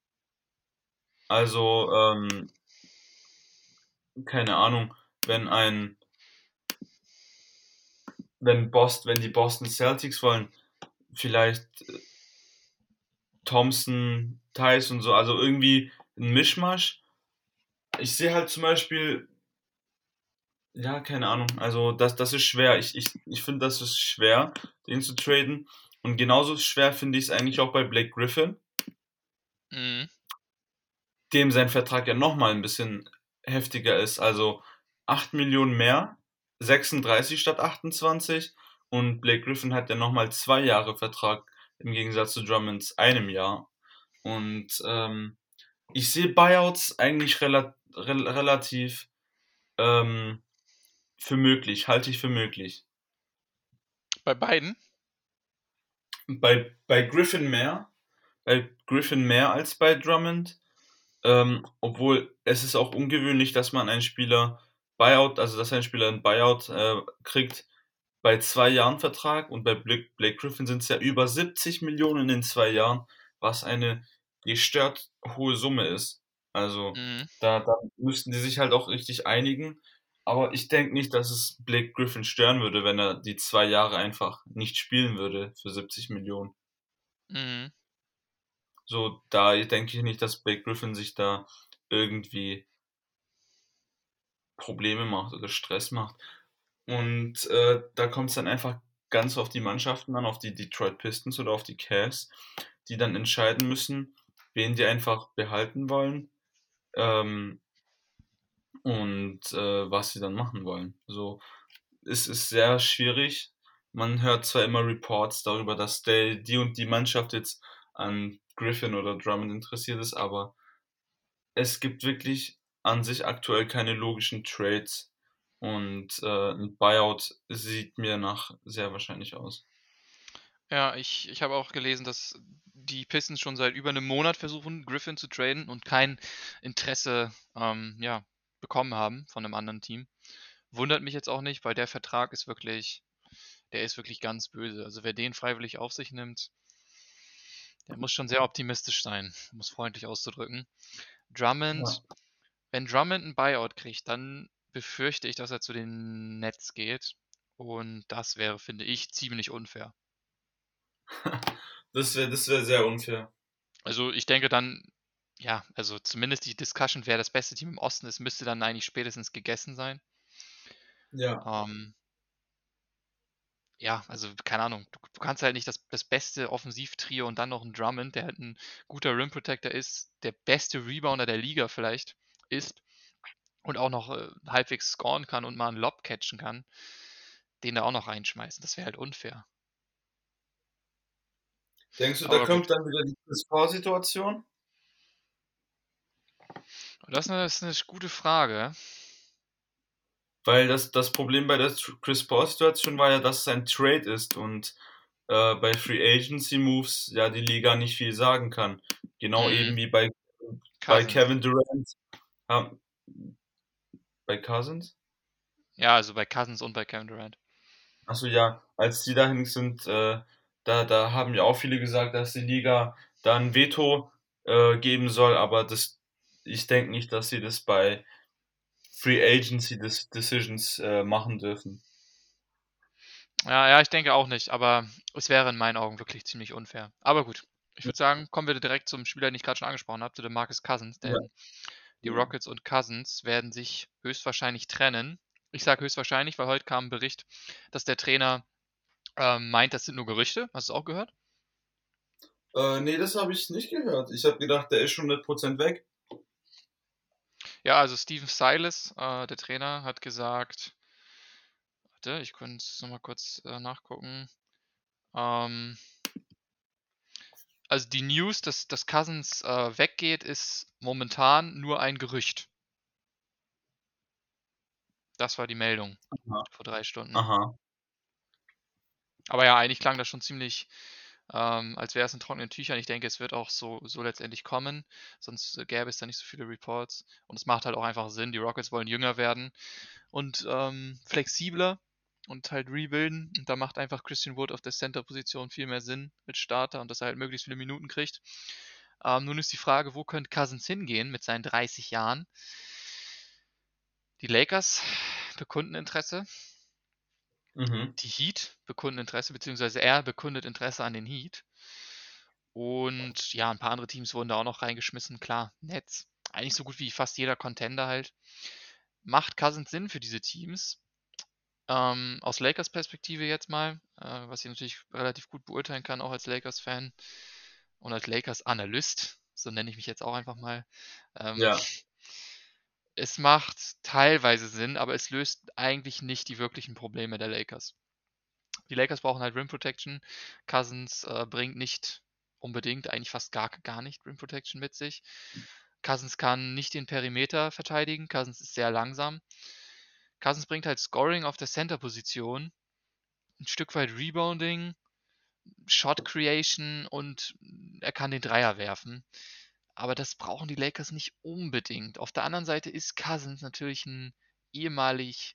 also keine Ahnung, wenn ein, wenn die Boston Celtics wollen, vielleicht Thompson, Theis und so, also irgendwie ein Mischmasch. Ich sehe halt zum Beispiel, ja, keine Ahnung, also das ist schwer. Ich finde, das ist schwer, den zu traden. Und genauso schwer finde ich es eigentlich auch bei Blake Griffin, Mhm. dem sein Vertrag ja nochmal ein bisschen heftiger ist. Also 8 Millionen mehr, 36 statt 28. Und Blake Griffin hat ja nochmal 2 Jahre Vertrag im Gegensatz zu Drummonds einem Jahr. Und ich sehe Buyouts eigentlich relativ ähm, für möglich, halte ich für möglich. Bei beiden? Bei Griffin mehr als bei Drummond. Obwohl es ist auch ungewöhnlich, dass man einen Spieler also dass ein Spieler ein Buyout kriegt bei 2 Jahren Vertrag und bei Blake Griffin sind es ja über 70 Millionen in 2 Jahren, was eine gestört hohe Summe ist. Also Mhm. da müssten die sich halt auch richtig einigen. Aber ich denke nicht, dass es Blake Griffin stören würde, wenn er die 2 Jahre einfach nicht spielen würde für 70 Millionen. Mhm. So, da denke ich nicht, dass Blake Griffin sich da irgendwie Probleme macht oder Stress macht. Und da kommt es dann einfach ganz auf die Mannschaften an, auf die Detroit Pistons oder auf die Cavs, die dann entscheiden müssen, wen die einfach behalten wollen, ähm, und was sie dann machen wollen. So, es ist sehr schwierig. Man hört zwar immer Reports darüber, dass die und die Mannschaft jetzt an Griffin oder Drummond interessiert ist, aber es gibt wirklich an sich aktuell keine logischen Trades und 'n Buyout sieht mir nach sehr wahrscheinlich aus. Ja, ich habe auch gelesen, dass die Pistons schon seit über einem Monat versuchen, Griffin zu traden und kein Interesse, ja, bekommen haben von einem anderen Team. Wundert mich jetzt auch nicht, weil der ist wirklich ganz böse. Also, wer den freiwillig auf sich nimmt, der muss schon sehr optimistisch sein, um es freundlich auszudrücken. Ja. Drummond Wenn Drummond 'n Buyout kriegt, dann befürchte ich, dass er zu den Nets geht und das wäre, finde ich, ziemlich unfair. Das wäre sehr unfair. Also, ich denke dann ja, also zumindest die Discussion, wer das beste Team im Osten ist, müsste dann eigentlich spätestens gegessen sein. Ja. Ähm, ja, also keine Ahnung, du kannst halt nicht das beste Offensivtrio und dann noch 'n Drummond, der halt 'n guter Rim Protector ist, der beste Rebounder der Liga vielleicht ist und auch noch, halbwegs scoren kann und mal 'n Lob catchen kann, den da auch noch reinschmeißen. Das wäre halt unfair. Denkst du, da Aber kommt gut. dann wieder die Chris Paul-Situation? Das ist 'ne gute Frage. Weil das Problem bei der Chris Paul-Situation war ja, dass es ein Trade ist und bei Free Agency Moves ja die Liga nicht viel sagen kann. Genau Mhm. eben wie bei Cousins. Kevin Durant, ja, bei Cousins? Ja, also bei Cousins und bei Kevin Durant. Achso, ja, als die dahin sind, da haben ja auch viele gesagt, dass die Liga da ein Veto geben soll, aber ich denke nicht, dass sie das bei Free Agency Decisions machen dürfen. Ja, ja, ich denke auch nicht, aber es wäre in meinen Augen wirklich ziemlich unfair. Aber gut, ich würde sagen, kommen wir direkt zum Spieler, den ich gerade schon angesprochen habe, zu dem Marcus Cousins, Ja, denn die ja. Rockets und Cousins werden sich höchstwahrscheinlich trennen. Ich sage höchstwahrscheinlich, weil heute kam 'n Bericht, dass der Trainer, meint, das sind nur Gerüchte. Hast du's auch gehört? Nee, das habe ich nicht gehört. Ich habe gedacht, der ist schon 100% weg. Ja, also Stephen Silas, der Trainer, hat gesagt warte, ich könnte es noch mal kurz, nachgucken. Ähm Also die News, dass Cousins, weggeht, ist momentan nur ein Gerücht. Das war die Meldung Aha, vor 3 Stunden. aha, Aber ja, eigentlich klang das schon ziemlich, als wäre es in trockenen Tüchern. Ich denke, es wird auch so letztendlich kommen, sonst, gäbe es da nicht so viele Reports. Und es macht halt auch einfach Sinn. Die Rockets wollen jünger werden und, flexibler und halt rebuilden. Und da macht einfach Christian Wood auf der Center-Position viel mehr Sinn als Starter und dass er halt möglichst viele Minuten kriegt. Nun ist die Frage, wo könnte Cousins hingehen mit seinen 30 Jahren? Die Lakers bekunden Interesse. mhm, Die Heat bekunden Interesse, beziehungsweise er bekundet Interesse an den Heat. Und ja, ein paar andere Teams wurden da auch noch reingeschmissen. Klar, Nets, eigentlich so gut wie fast jeder Contender halt. Macht Cousins Sinn für diese Teams? Aus Lakers Perspektive jetzt mal, was ich natürlich relativ gut beurteilen kann, auch als Lakers-Fan und als Lakers-Analyst, so nenne ich mich jetzt auch einfach mal. Ähm, ja, Es macht teilweise Sinn, aber es löst eigentlich nicht die wirklichen Probleme der Lakers. Die Lakers brauchen halt Rim Protection. Cousins, bringt nicht unbedingt, eigentlich fast gar nicht Rim Protection mit sich. Cousins kann nicht den Perimeter verteidigen. Cousins ist sehr langsam. Cousins bringt halt Scoring auf der Center-Position, ein Stück weit Rebounding, Shot Creation und er kann den Dreier werfen. Aber das brauchen die Lakers nicht unbedingt. Auf der anderen Seite ist Cousins natürlich ein ehemalig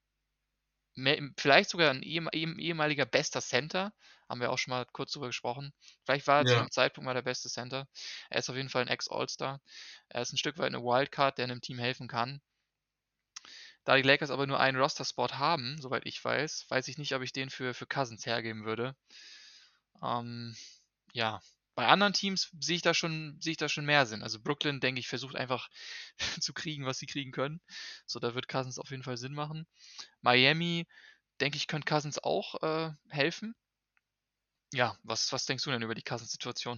vielleicht sogar ein ehemaliger bester Center, haben wir auch schon mal kurz drüber gesprochen. Vielleicht war er zu ja, einem Zeitpunkt mal der beste Center. Er ist auf jeden Fall ein Ex-All-Star. Er ist ein Stück weit eine Wildcard, der 'nem Team helfen kann. Da die Lakers aber nur einen Roster-Spot haben, soweit ich weiß, weiß ich nicht, ob ich den für Cousins hergeben würde. Ähm, ja, bei anderen Teams sehe ich da schon mehr Sinn. Also, Brooklyn, denke ich, versucht einfach zu kriegen, was sie kriegen können. So, da wird Cousins auf jeden Fall Sinn machen. Miami denke ich, können Cousins auch, helfen. Ja, was denkst du denn über die Cousins-Situation?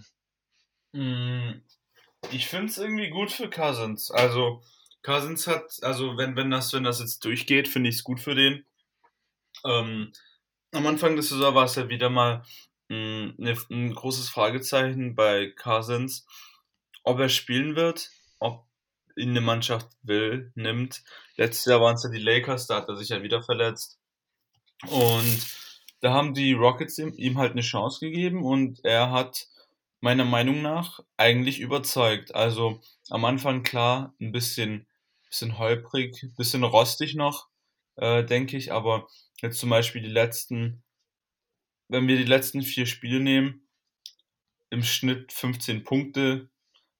Hm, ich finde es irgendwie gut für Cousins. Also, Cousins hat, also wenn das jetzt durchgeht, finde ich es gut für den. Ähm, Am Anfang der Saison war es ja wieder mal ein großes Fragezeichen bei Cousins, ob er spielen wird, ob ihn eine Mannschaft nimmt. Letztes Jahr waren es ja die Lakers, da hat er sich ja wieder verletzt. Und da haben die Rockets ihm halt eine Chance gegeben und er hat meiner Meinung nach eigentlich überzeugt. Also am Anfang klar, bisschen holprig, bisschen rostig noch, denke ich, aber jetzt zum Beispiel wenn wir die letzten 4 Spiele nehmen, im Schnitt 15 Punkte,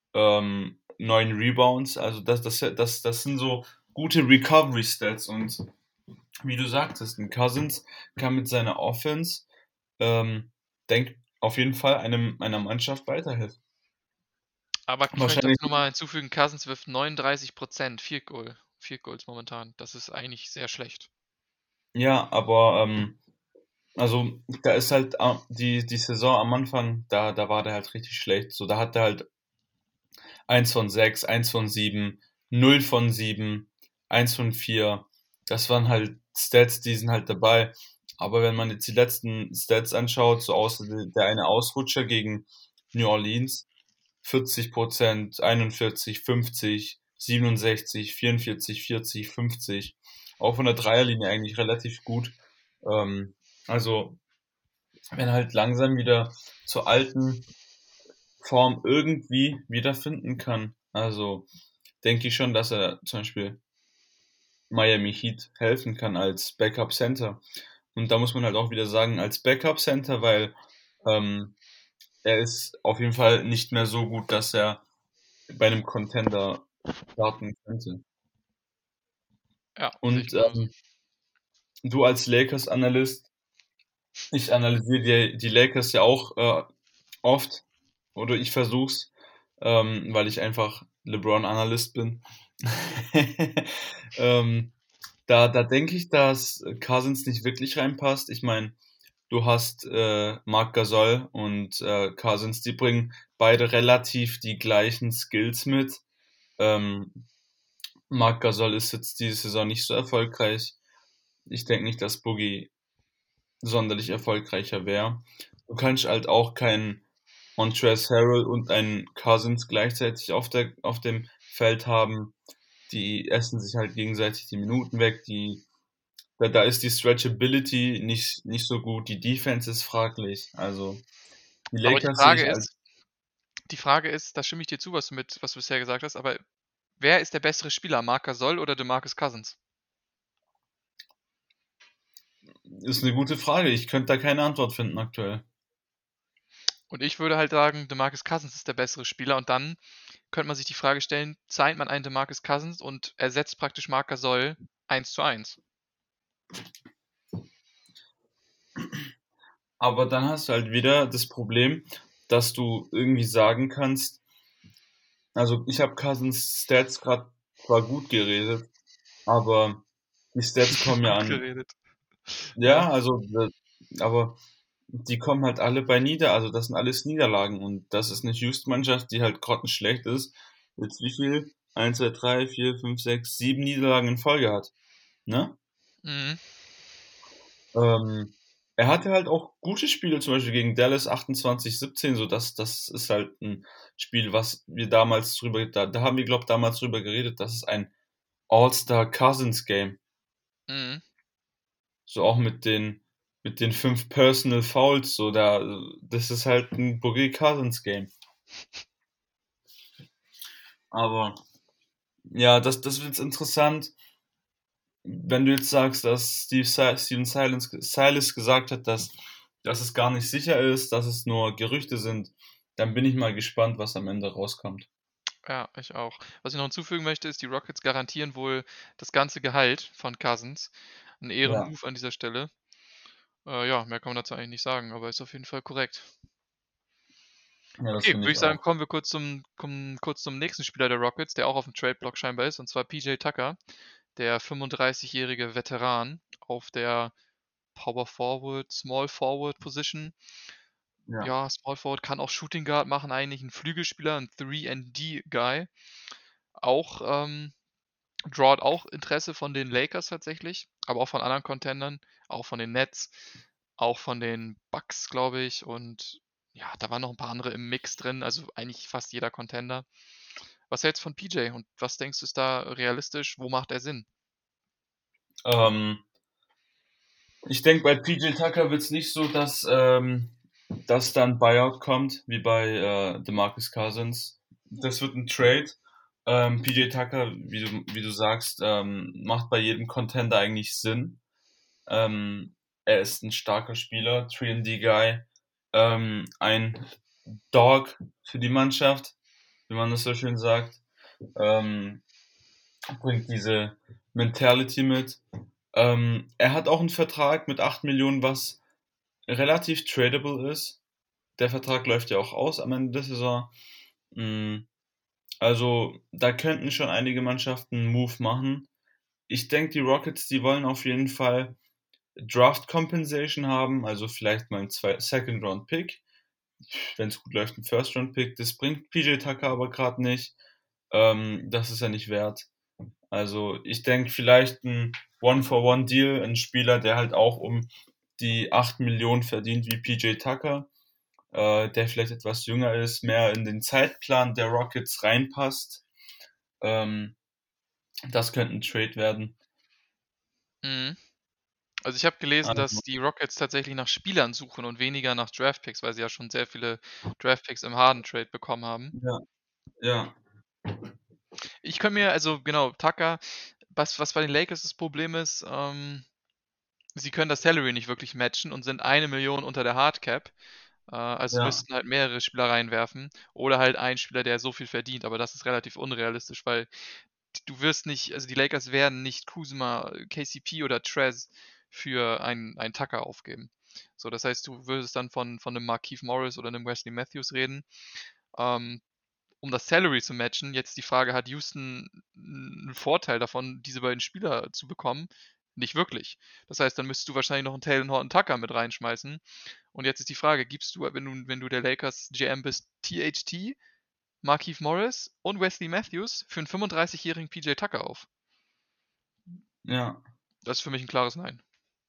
9 Rebounds, also das sind so gute Recovery Stats und wie du sagtest, ein Cousins kann mit seiner Offense, denk auf jeden Fall einer Mannschaft weiterhelfen. Aber ich möchte Wahrscheinlich, dazu noch mal hinzufügen, Cousins wirft 39% Field Goals momentan. Das ist eigentlich sehr schlecht. ja, aber also da ist halt die Saison am Anfang, da war der halt richtig schlecht. So, da hat er halt 1 von 6, 1 von 7, 0 von 7, 1 von 4. Das waren halt Stats, die sind halt dabei. Aber wenn man jetzt die letzten Stats anschaut, so außer der eine Ausrutscher gegen New Orleans, 40%, 41, 50, 67, 44, 40, 50. Auch von der Dreierlinie eigentlich relativ gut. Also, wenn er halt langsam wieder zur alten Form irgendwie wiederfinden kann. Also, denke ich schon, dass er zum Beispiel Miami Heat helfen kann als Backup Center. Und da muss man halt auch wieder sagen, als Backup Center, weil ähm, er ist auf jeden Fall nicht mehr so gut, dass er bei einem Contender starten könnte. Ja, sehe ich Und genauso. du als Lakers-Analyst, ich analysiere die Lakers ja auch oft, oder ich versuch's, weil ich einfach LeBron-Analyst bin. ähm, da denke ich, dass Cousins nicht wirklich reinpasst. Ich meine, du hast Marc Gasol und Cousins, die bringen beide relativ die gleichen Skills mit. Ähm, Marc Gasol ist jetzt diese Saison nicht so erfolgreich. Ich denke nicht, dass Boogie sonderlich erfolgreicher wäre. Du kannst halt auch keinen Montrezl Harrell und einen Cousins gleichzeitig auf dem Feld haben. Die essen sich halt gegenseitig die Minuten weg. Da ist die Stretchability nicht so gut. Die Defense ist fraglich. Also die Aber Lakers sehe ich als die Frage ist, da stimme ich dir zu, was du bisher gesagt hast, aber wer ist der bessere Spieler, Marc Gasol oder DeMarcus Cousins? ist eine gute Frage. Ich könnte da keine Antwort finden aktuell. Und ich würde halt sagen, DeMarcus Cousins ist der bessere Spieler und dann könnte man sich die Frage stellen, zahlt man einen DeMarcus Cousins und ersetzt praktisch Marc Gasol 1:1? Aber dann hast du halt wieder das Problem, dass du irgendwie sagen kannst, also ich habe Cousins Stats gerade zwar gut geredet, aber die Stats kommen ja Gut an. geredet. Ja. Ja, also, aber die kommen halt alle also das sind alles Niederlagen und das ist eine Houston-Mannschaft, die halt grottenschlecht ist. Jetzt wie viel? 1, 2, 3, 4, 5, 6, 7 Niederlagen in Folge hat. Ne? Mhm. Ähm, Er hatte halt auch gute Spiele, zum Beispiel gegen Dallas 28-17, so das ist halt ein Spiel, was wir da haben wir, glaube ich, damals drüber geredet, das ist ein All-Star Cousins Game. Mhm. So auch mit den 5 Personal Fouls, das ist halt ein Boogie Cousins Game. Aber ja, das wird jetzt interessant, wenn du jetzt sagst, dass Steven Silas gesagt hat, dass es gar nicht sicher ist, dass es nur Gerüchte sind, dann bin ich mal gespannt, was am Ende rauskommt. Ja, ich auch. Was ich noch hinzufügen möchte, ist, die Rockets garantieren wohl das ganze Gehalt von Cousins. Ein Ja, Ehrenmove an dieser Stelle. Ja, mehr kann man dazu eigentlich nicht sagen, aber ist auf jeden Fall korrekt. ja, das Okay, finde würde ich ich sagen, auch. kommen kurz zum nächsten Spieler der Rockets, der auch auf dem Trade-Block scheinbar ist, und zwar PJ Tucker, der 35-jährige Veteran auf der Power Forward, Small Forward Position. Ja. Ja, Small Forward kann auch Shooting Guard machen eigentlich, 'n Flügelspieler, 'n 3 and D Guy. Auch, drawt auch Interesse von den Lakers tatsächlich, aber auch von anderen Contendern, auch von den Nets, auch von den Bucks, glaube ich. Und ja, da waren noch 'n paar andere im Mix drin, also eigentlich fast jeder Contender. Was hältst du von PJ und was denkst du, ist da realistisch? Wo macht er Sinn? Ähm, Ich denke, bei PJ Tucker wird es nicht so, dass dann Buyout kommt, wie bei DeMarcus Cousins. Das wird ein Trade. PJ Tucker, wie du sagst, macht bei jedem Contender eigentlich Sinn. Er ist ein starker Spieler, 3D-Guy, ein Dog für die Mannschaft, wie man das so schön sagt. Ähm, Bringt diese Mentality mit. Er hat auch einen Vertrag mit 8 Millionen, was relativ tradable ist. Der Vertrag läuft ja auch aus am Ende der Saison. Mm, Also da könnten schon einige Mannschaften einen Move machen. Ich denke, die Rockets, die wollen auf jeden Fall Draft Compensation haben, also vielleicht mal einen Second Round Pick. Wenn es gut läuft, ein First Round Pick. Das bringt PJ Tucker aber gerade nicht. Das ist er nicht wert. Also ich denke vielleicht ein One-for-One-Deal, ein Spieler, der halt auch um die 8 Millionen verdient wie PJ Tucker, der vielleicht etwas jünger ist, mehr in den Zeitplan der Rockets reinpasst. Ähm, Das könnte ein Trade werden. Mhm. Also, ich habe gelesen, Also, dass die Rockets tatsächlich nach Spielern suchen und weniger nach Draftpicks, weil sie ja schon sehr viele Draftpicks im Harden-Trade bekommen haben. ja, ja, Ich könnte mir also genau, Tucker, was bei den Lakers das Problem ist, sie können das Salary nicht wirklich matchen und sind 1 Million unter der Hardcap. Also, sie ja, müssten halt mehrere Spieler reinwerfen oder halt einen Spieler, der so viel verdient, aber das ist relativ unrealistisch, weil du wirst nicht also, die Lakers werden nicht Kuzma, KCP oder Trez für einen Tucker aufgeben. So, das heißt, du würdest dann von 'nem Markieff Morris oder 'nem Wesley Matthews reden. Ähm, um das Salary zu matchen, jetzt die Frage, hat Houston 'n Vorteil davon, diese beiden Spieler zu bekommen? Nicht wirklich. Das heißt, dann müsstest du wahrscheinlich noch 'n Taylor Horton-Tucker mit reinschmeißen. Und jetzt ist die Frage, gibst du, wenn du der Lakers GM bist, THT, Markieff Morris und Wesley Matthews für 'n 35-jährigen PJ Tucker auf? ja. Das ist für mich 'n klares Nein.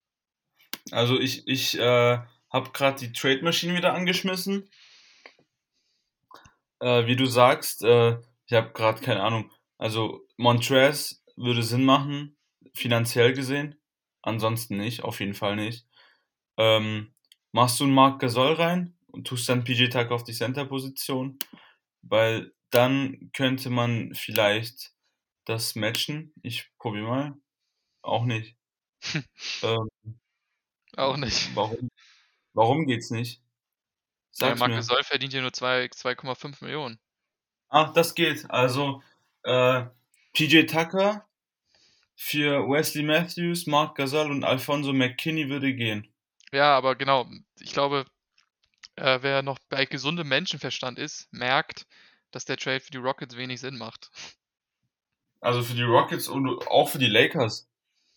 Also ich habe gerade die Trade Machine wieder angeschmissen. Wie du sagst, ich habe gerade keine Ahnung. Also Montrez würde Sinn machen, finanziell gesehen. Ansonsten nicht, auf jeden Fall nicht. Machst du einen Marc Gasol rein und tust dann PJ Tucker auf die Center-Position, weil dann könnte man vielleicht das matchen. Ich probiere mal. Auch nicht. Ähm, Auch nicht. warum, warum geht's nicht? Ja, Sag's Marc mir. Gasol verdient ja nur 2,5 Millionen. Ach, das geht. Also äh, PJ Tucker für Wesley Matthews, Marc Gasol und Alfonso McKinney würde gehen. Ja, aber genau, ich glaube, wer noch bei gesundem Menschenverstand ist, merkt, dass der Trade für die Rockets wenig Sinn macht. Also für die Rockets und auch für die Lakers.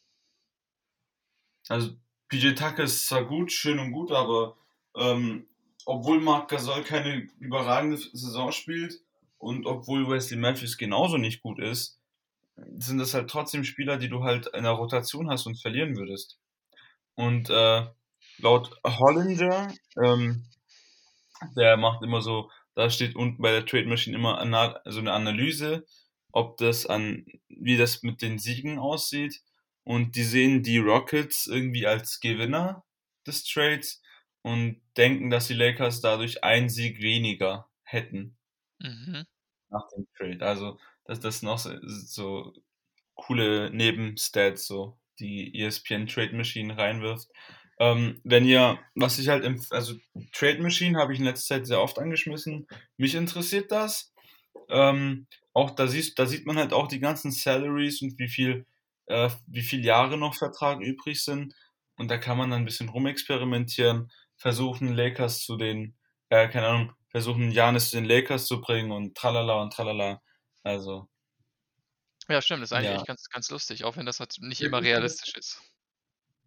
Also PJ Tucker ist zwar gut, schön und gut, aber ähm, obwohl Marc Gasol keine überragende Saison spielt und obwohl Wesley Matthews genauso nicht gut ist, sind das halt trotzdem Spieler, die du halt in der Rotation hast und verlieren würdest. Und laut Hollinger, der macht immer so, da steht unten bei der Trade Machine immer so eine Analyse, ob das wie das mit den Siegen aussieht. Und die sehen die Rockets irgendwie als Gewinner des Trades und denken, dass die Lakers dadurch einen Sieg weniger hätten Mhm. nach dem Trade. Also, das sind noch so coole Nebenstats, so die ESPN Trade Machine reinwirft. Wenn ihr, was ich halt, also Trade Machine habe ich in letzter Zeit sehr oft angeschmissen. Mich interessiert das. Auch da sieht man halt auch die ganzen Salaries und wie viel Jahre noch Vertrag übrig sind. Und da kann man dann ein bisschen rumexperimentieren, versuchen Lakers keine Ahnung, versuchen Janis zu den Lakers zu bringen und tralala und tralala. Also, Ja, stimmt, ist eigentlich ja. echt ganz lustig, auch wenn das halt nicht immer realistisch ist.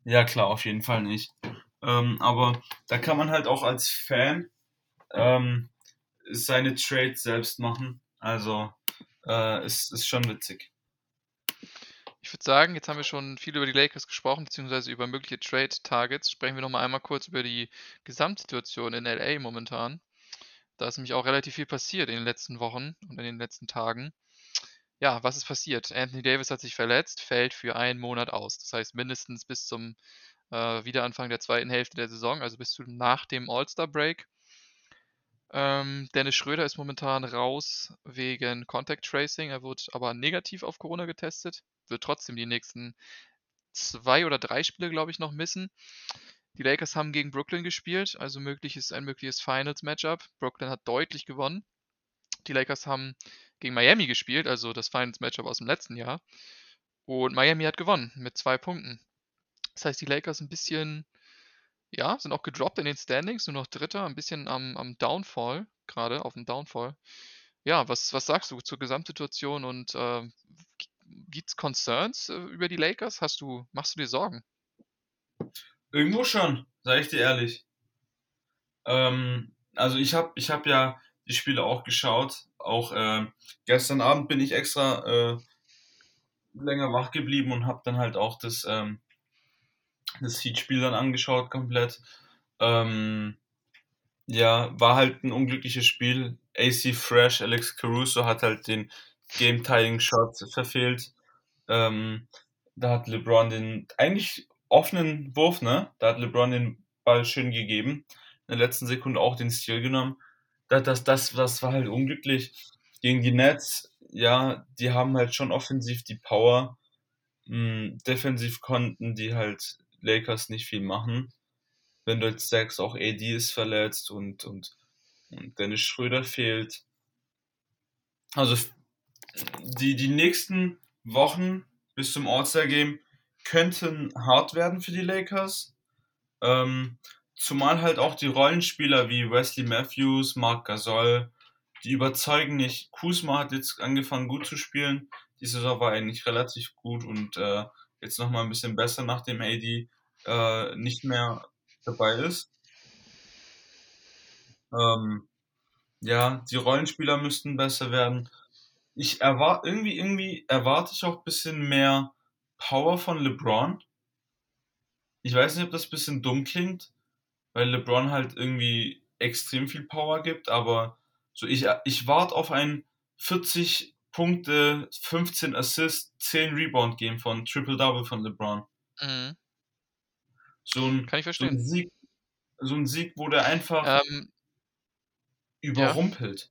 Ja, klar, auf jeden Fall nicht. Aber da kann man halt auch als Fan ähm, seine Trades selbst machen. Also es ist schon witzig. Ich würde sagen, jetzt haben wir schon viel über die Lakers gesprochen, beziehungsweise über mögliche Trade-Targets. Sprechen wir noch mal einmal kurz über die Gesamtsituation in LA momentan. Da ist nämlich auch relativ viel passiert in den letzten Wochen und in den letzten Tagen. Ja, was ist passiert? Anthony Davis hat sich verletzt, fällt für einen Monat aus. Das heißt mindestens bis zum Wiederanfang der zweiten Hälfte der Saison, also bis zu nach dem All-Star-Break. Dennis Schröder ist momentan raus wegen Contact Tracing. Er wird aber negativ auf Corona getestet, wird trotzdem die nächsten 2 oder 3 Spiele, glaube ich, noch missen. Die Lakers haben gegen Brooklyn gespielt, also ein mögliches Finals-Matchup. Brooklyn hat deutlich gewonnen. Die Lakers haben gegen Miami gespielt, also das Finals-Matchup aus dem letzten Jahr. Und Miami hat gewonnen mit 2 Punkten. Das heißt, die Lakers ein bisschen, ja, sind auch gedroppt in den Standings, nur noch Dritter, ein bisschen am Downfall, gerade auf dem Downfall. Ja, was sagst du zur Gesamtsituation und gibt es Concerns über die Lakers? Machst du dir Sorgen? Irgendwo schon, sage ich dir ehrlich. Also ich hab ja die Spiele auch geschaut. Auch gestern Abend bin ich extra länger wach geblieben und habe dann halt auch das Heat-Spiel dann angeschaut komplett. Ähm, ja, war halt ein unglückliches Spiel. AC Fresh, Alex Caruso hat halt den Game-Tying-Shot verfehlt. Ähm, Da hat LeBron den eigentlich offenen Wurf, ne? Da hat LeBron den Ball schön gegeben. In der letzten Sekunde auch den Steal genommen. Das war halt unglücklich. Gegen die Nets, ja, die haben halt schon offensiv die Power. Defensiv konnten die halt Lakers nicht viel machen. Wenn du jetzt sagst, auch AD ist verletzt und Dennis Schröder fehlt. Also die nächsten Wochen bis zum All-Star-Game könnten hart werden für die Lakers. Ähm, Zumal halt auch die Rollenspieler wie Wesley Matthews, Marc Gasol, die überzeugen nicht. Kuzma hat jetzt angefangen gut zu spielen. Die Saison war eigentlich relativ gut und jetzt nochmal ein bisschen besser, nachdem AD nicht mehr dabei ist. Ähm, ja, die Rollenspieler müssten besser werden. Irgendwie erwarte ich auch ein bisschen mehr Power von LeBron. Ich weiß nicht, ob das ein bisschen dumm klingt, weil LeBron halt irgendwie extrem viel Power gibt, aber ich warte auf ein 40 Punkte, 15 Assists, 10 Rebound Game von Triple-Double von LeBron. Mhm. So ein, Kann ich so ein verstehen. Sieg, so ein Sieg, wo der einfach Ähm, ja, überrumpelt.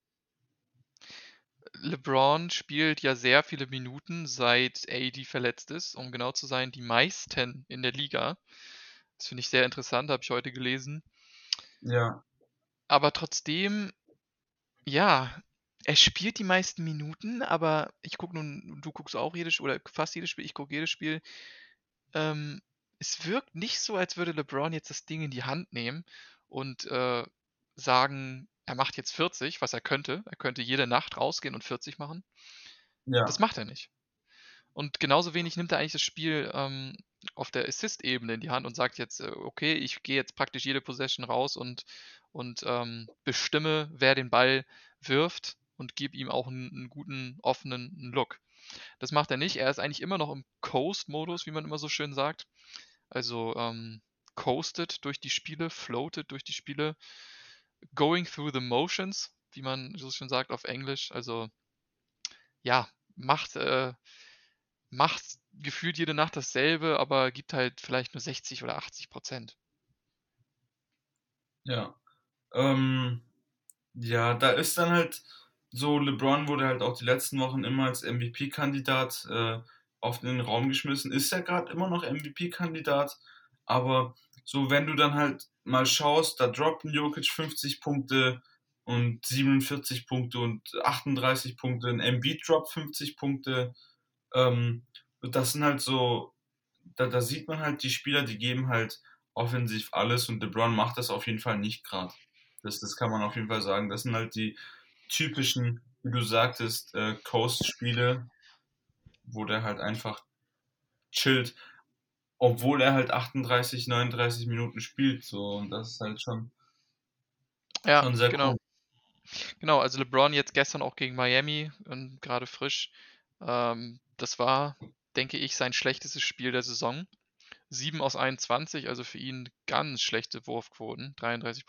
LeBron spielt ja sehr viele Minuten, seit AD verletzt ist, um genau zu sein, die meisten in der Liga. Das finde ich sehr interessant, habe ich heute gelesen. Ja, Aber trotzdem, ja, er spielt die meisten Minuten, aber ich gucke nun, du guckst auch jedes oder fast jedes Spiel, ich gucke jedes Spiel. Ähm, Es wirkt nicht so, als würde LeBron jetzt das Ding in die Hand nehmen und sagen, er macht jetzt 40, was er könnte. Er könnte jede Nacht rausgehen und 40 machen. Das ja, macht er nicht. Und genauso wenig nimmt er eigentlich das Spiel auf der Assist-Ebene in die Hand und sagt jetzt, okay, ich gehe jetzt praktisch jede Possession raus und bestimme, wer den Ball wirft und gebe ihm auch einen guten, offenen Look. Das macht er nicht. Er ist eigentlich immer noch im Coast-Modus, wie man immer so schön sagt. Also coastet durch die Spiele, floatet durch die Spiele, going through the motions, wie man so schön sagt auf Englisch. Also ja, macht gefühlt jede Nacht dasselbe, aber gibt halt vielleicht nur 60 oder 80%. ja. Ähm, Ja, da ist dann halt so, LeBron wurde halt auch die letzten Wochen immer als MVP-Kandidat oft in den Raum geschmissen. Ist ja gerade immer noch MVP-Kandidat, aber so, wenn du dann halt mal schaust, da droppen Jokic 50 Punkte und 47 Punkte und 38 Punkte, ein Embiid droppt 50 Punkte. Das sind halt so, da sieht man halt, die Spieler, die geben halt offensiv alles und LeBron macht das auf jeden Fall nicht gerade. Das kann man auf jeden Fall sagen. Das sind halt die typischen, wie du sagtest, Coast-Spiele, wo der halt einfach chillt. obwohl er halt 38, 39 Minuten spielt, so, und das ist halt Ja, schon sehr genau. cool. Genau, also LeBron jetzt gestern auch gegen Miami, grade frisch. Das war, denke ich, sein schlechtestes Spiel der Saison. 7 aus 21, also für ihn ganz schlechte Wurfquoten, 33.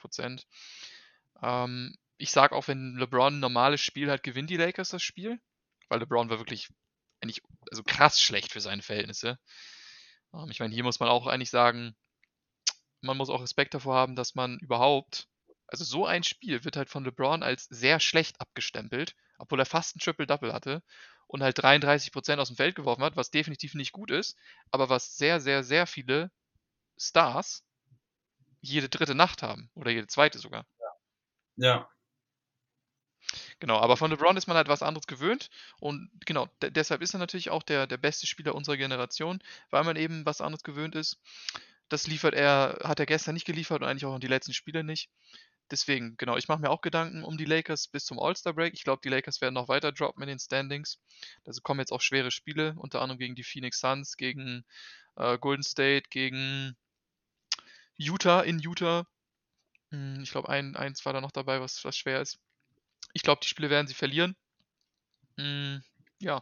Ich sage auch, wenn LeBron 'n normales Spiel hat, gewinnen die Lakers das Spiel, weil LeBron war wirklich eigentlich also krass schlecht für seine Verhältnisse. Ich meine, hier muss man auch eigentlich sagen, man muss auch Respekt davor haben, dass man überhaupt also so ein Spiel wird halt von LeBron als sehr schlecht abgestempelt, obwohl er fast 'n Triple-Double hatte und halt 33 aus'm Feld geworfen hat, was definitiv nicht gut ist, aber was sehr, sehr, sehr viele Stars jede dritte Nacht haben oder jede zweite sogar. Ja, Genau, aber von LeBron ist man halt was anderes gewöhnt und genau, deshalb ist er natürlich auch der beste Spieler unserer Generation, weil man eben was anderes gewöhnt ist. Das hat er gestern nicht geliefert und eigentlich auch die letzten Spiele nicht. Deswegen, genau, ich mache mir auch Gedanken um die Lakers bis zum All-Star-Break. Ich glaube, die Lakers werden noch weiter droppen in den Standings. Also kommen jetzt auch schwere Spiele, unter anderem gegen die Phoenix Suns, gegen Golden State, gegen Utah in Utah. Ich glaube, eins war da noch dabei, was schwer ist. Ich glaube, die Spiele werden sie verlieren. Hm, ja,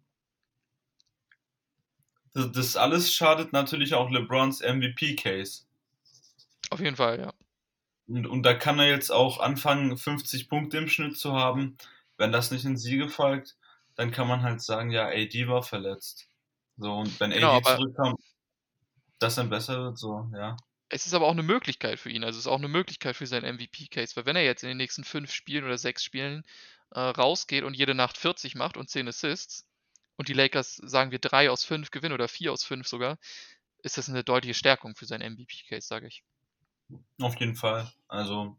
das alles schadet natürlich auch LeBrons MVP-Case. auf jeden Fall, ja. Und da kann er jetzt auch anfangen, 50 Punkte im Schnitt zu haben. Wenn das nicht in Siege folgt, dann kann man halt sagen, ja, AD war verletzt. So, und wenn Genau, AD aber zurückkommt, dass dann besser wird, so, ja. es ist aber auch eine Möglichkeit für ihn. Also, es ist auch eine Möglichkeit für seinen MVP-Case, weil wenn er jetzt in den nächsten 5 Spielen oder 6 Spielen, rausgeht und jede Nacht 40 macht und 10 Assists und die Lakers, sagen wir, 3 aus 5 gewinnen oder 4 aus 5 sogar, ist das eine deutliche Stärkung für seinen MVP-Case, sage ich. Auf jeden Fall. Also,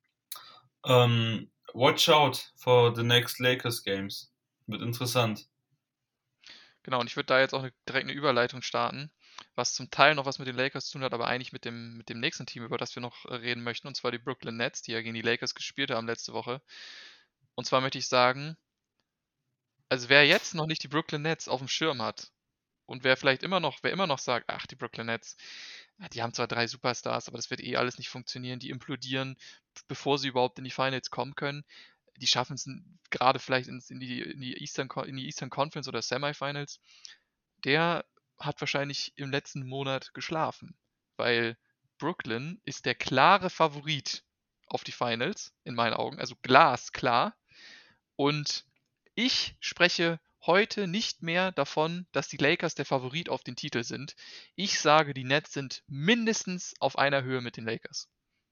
watch out for the next Lakers games. Wird interessant. Genau, und ich würde da jetzt auch direkt eine Überleitung starten, was zum Teil noch was mit den Lakers zu tun hat, aber eigentlich mit dem nächsten Team, über das wir noch, reden möchten, und zwar die Brooklyn Nets, die ja gegen die Lakers gespielt haben letzte Woche. Und zwar möchte ich sagen, also, wer jetzt noch nicht die Brooklyn Nets auf dem Schirm hat und wer immer noch sagt: „Ach, die Brooklyn Nets, die haben zwar 3 Superstars, aber das wird eh alles nicht funktionieren, die implodieren, bevor sie überhaupt in die Finals kommen können. Die schaffen es grade vielleicht in die Eastern Conference oder Semifinals." Der hat wahrscheinlich im letzten Monat geschlafen, weil Brooklyn ist der klare Favorit auf die Finals in meinen Augen, also glasklar. Und ich spreche heute nicht mehr davon, dass die Lakers der Favorit auf den Titel sind. Ich sage, die Nets sind mindestens auf einer Höhe mit den Lakers.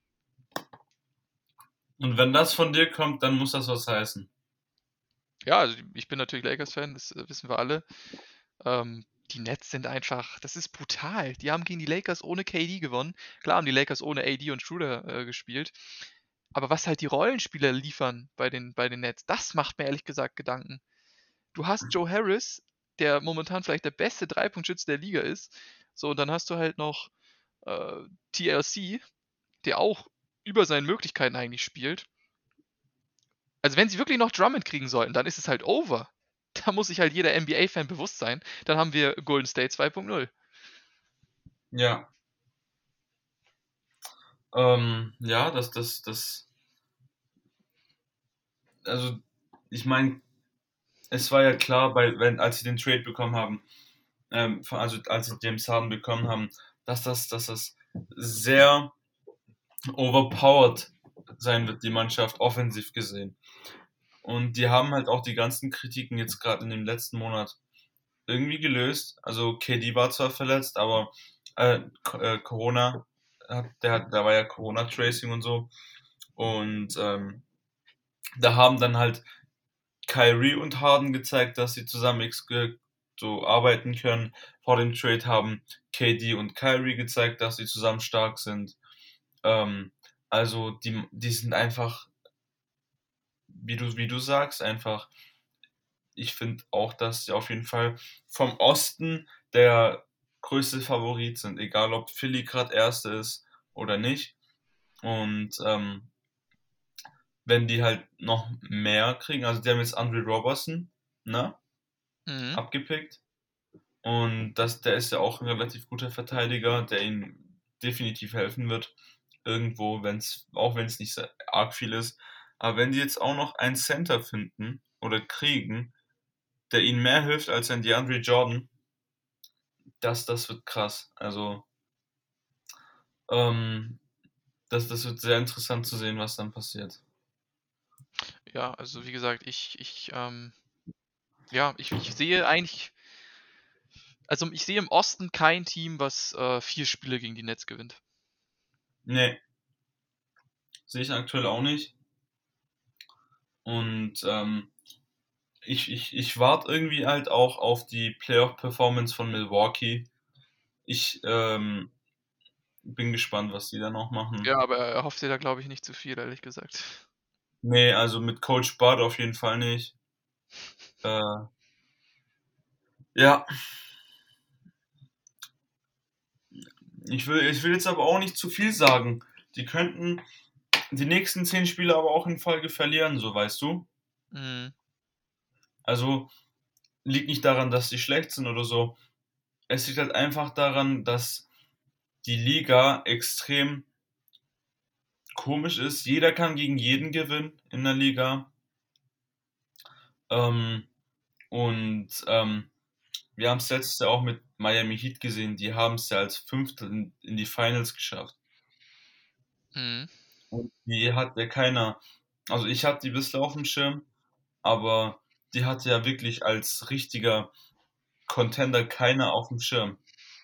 Und wenn das von dir kommt, dann muss das was heißen. Ja, also ich bin natürlich Lakers-Fan, das wissen wir alle. Die Nets sind einfach, das ist brutal. Die haben gegen die Lakers ohne KD gewonnen. Klar haben die Lakers ohne AD und Schroeder gespielt. Aber was halt die Rollenspieler liefern bei den Nets, das macht mir ehrlich gesagt Gedanken. Du hast Joe Harris, der momentan vielleicht der beste Dreipunktschütze der Liga ist. So, und dann hast du halt noch äh, TLC, der auch über seinen Möglichkeiten eigentlich spielt. Also wenn sie wirklich noch Drummond kriegen sollten, dann ist es halt over. Da muss sich halt jeder NBA-Fan bewusst sein. Dann haben wir Golden State 2.0. Ja, ja, also ich meine, es war ja klar, als sie den Trade bekommen haben, also als sie James Harden bekommen haben, dass das sehr overpowered sein wird, die Mannschaft offensiv gesehen. Und die haben halt auch die ganzen Kritiken jetzt gerade in dem letzten Monat irgendwie gelöst. Also KD war zwar verletzt, aber Corona, da war ja Corona-Tracing und so. Und da haben dann halt Kyrie und Harden gezeigt, dass sie zusammen so arbeiten können. Vor dem Trade haben KD und Kyrie gezeigt, dass sie zusammen stark sind. Ähm, also die sind einfach, wie du sagst, einfach. Ich finde auch, dass sie auf jeden Fall vom Osten der größte Favorit sind, egal ob Philly gerade Erste ist oder nicht. Und wenn die halt noch mehr kriegen, also die haben jetzt Andre Robertson, ne, Mhm. abgepickt. Und der ist ja auch ein relativ guter Verteidiger, der ihm definitiv helfen wird. Irgendwo, auch wenn es nicht so arg viel ist. Aber wenn die jetzt auch noch einen Center finden oder kriegen, der ihnen mehr hilft als ein DeAndre Jordan, das wird krass. Also, ähm, das wird sehr interessant zu sehen, was dann passiert. Ja, also wie gesagt, ja, ich sehe eigentlich, also ich sehe im Osten kein Team, was 4 Spiele gegen die Nets gewinnt. Nee, sehe ich aktuell auch nicht. Und ich warte irgendwie halt auch auf die Playoff-Performance von Milwaukee. Ich bin gespannt, was die da noch machen. Ja, aber er hofft sich da, glaube ich, nicht zu viel, ehrlich gesagt. Nee, also mit Coach Bud auf jeden Fall nicht. Äh, ja, ich will jetzt aber auch nicht zu viel sagen. Die könnten die nächsten 10 Spiele aber auch in Folge verlieren, so weißt du. Mhm. Also liegt nicht daran, dass die schlecht sind oder so. Es liegt halt einfach daran, dass die Liga extrem komisch ist. Jeder kann gegen jeden gewinnen in der Liga. Ähm, und wir haben es letztes Jahr auch mit Miami Heat gesehen. Die haben es ja als Fünfte in die Finals geschafft. Mhm. Und die hat ja keiner. Also ich hatte die bisher auf dem Schirm, aber die hatte ja wirklich als richtiger Contender keiner auf dem Schirm.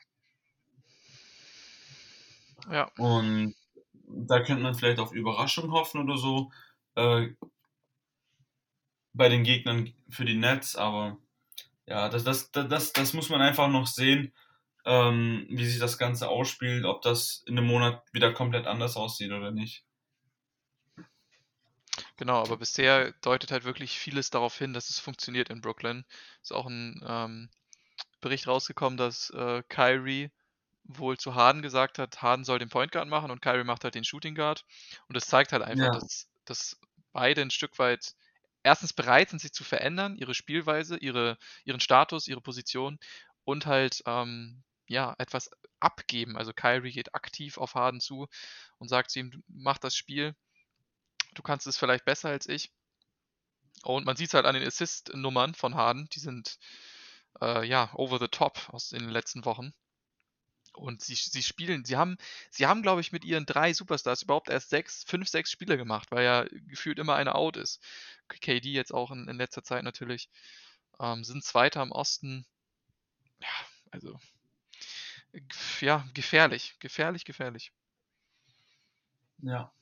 Ja, Und da könnte man vielleicht auf Überraschung hoffen oder so äh, bei den Gegnern für die Nets, aber ja, das muss man einfach noch sehen, wie sich das Ganze ausspielt, ob das in einem Monat wieder komplett anders aussieht oder nicht. genau, aber bisher deutet halt wirklich vieles darauf hin, dass es funktioniert in Brooklyn. Ist auch ein Bericht rausgekommen, dass Kyrie wohl zu Harden gesagt hat, Harden soll den Point Guard machen und Kyrie macht halt den Shooting Guard. Und das zeigt halt einfach, Ja, dass beide ein Stück weit erstens bereit sind, sich zu verändern, ihre Spielweise, ihren Status, ihre Position und halt ja, etwas abgeben. Also Kyrie geht aktiv auf Harden zu und sagt zu ihm, mach das Spiel, du kannst es vielleicht besser als ich. Und man sieht es halt an den Assist-Nummern von Harden, die sind ja over the top in den letzten Wochen. Und sie haben, glaube ich, mit ihren 3 Superstars überhaupt erst 5, 6 Spiele gemacht, weil ja gefühlt immer einer out ist. KD jetzt auch in letzter Zeit natürlich. Sind Zweiter im Osten. Ja, also, ja, gefährlich, gefährlich, gefährlich. ja.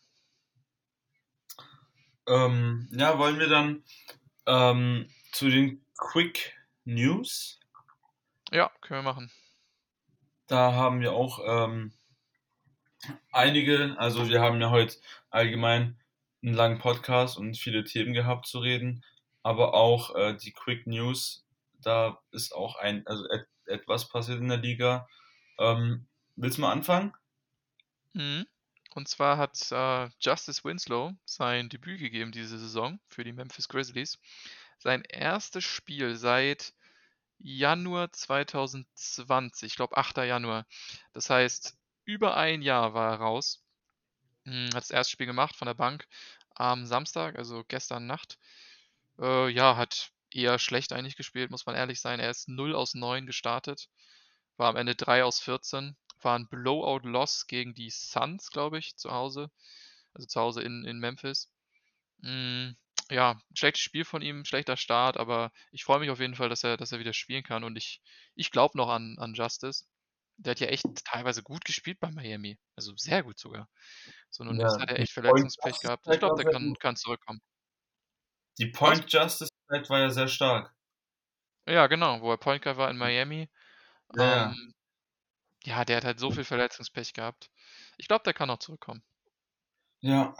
Ja, wollen wir dann zu den Quick News? Ja, können wir machen. Da haben wir auch einige, also wir haben ja heute allgemein einen langen Podcast und viele Themen gehabt zu reden, aber auch die Quick News, da ist auch also etwas passiert in der Liga. Willst du mal anfangen? Mhm. Und zwar hat Justice Winslow sein Debüt gegeben diese Saison für die Memphis Grizzlies. Sein erstes Spiel seit Januar 2020, ich glaube 8. Januar. Das heißt, über ein Jahr war er raus. Hat das erste Spiel gemacht von der Bank am Samstag, also gestern Nacht. Ja, hat eher schlecht eigentlich gespielt, muss man ehrlich sein. Er ist 0 aus 9 gestartet, war am Ende 3 aus 14. War ein Blowout-Loss gegen die Suns, glaube ich, zu Hause. Also zu Hause in Memphis. Hm, ja, schlechtes Spiel von ihm, schlechter Start, aber ich freue mich auf jeden Fall, dass er wieder spielen kann und ich glaube noch an Justice. Der hat ja echt teilweise gut gespielt bei Miami, also sehr gut sogar. So, nun Ja, hat er die echt Point Verletzungspech Justice gehabt. Ich Zeit glaube, war der sehr kann gut. kann zurückkommen. Die Was? Point Justice Zeit war ja sehr stark. Ja, genau, wo er Point Guard war in Miami. Ja, ja. Ähm, ja, der hat halt so viel Verletzungspech gehabt. Ich glaube, der kann noch zurückkommen. Ja,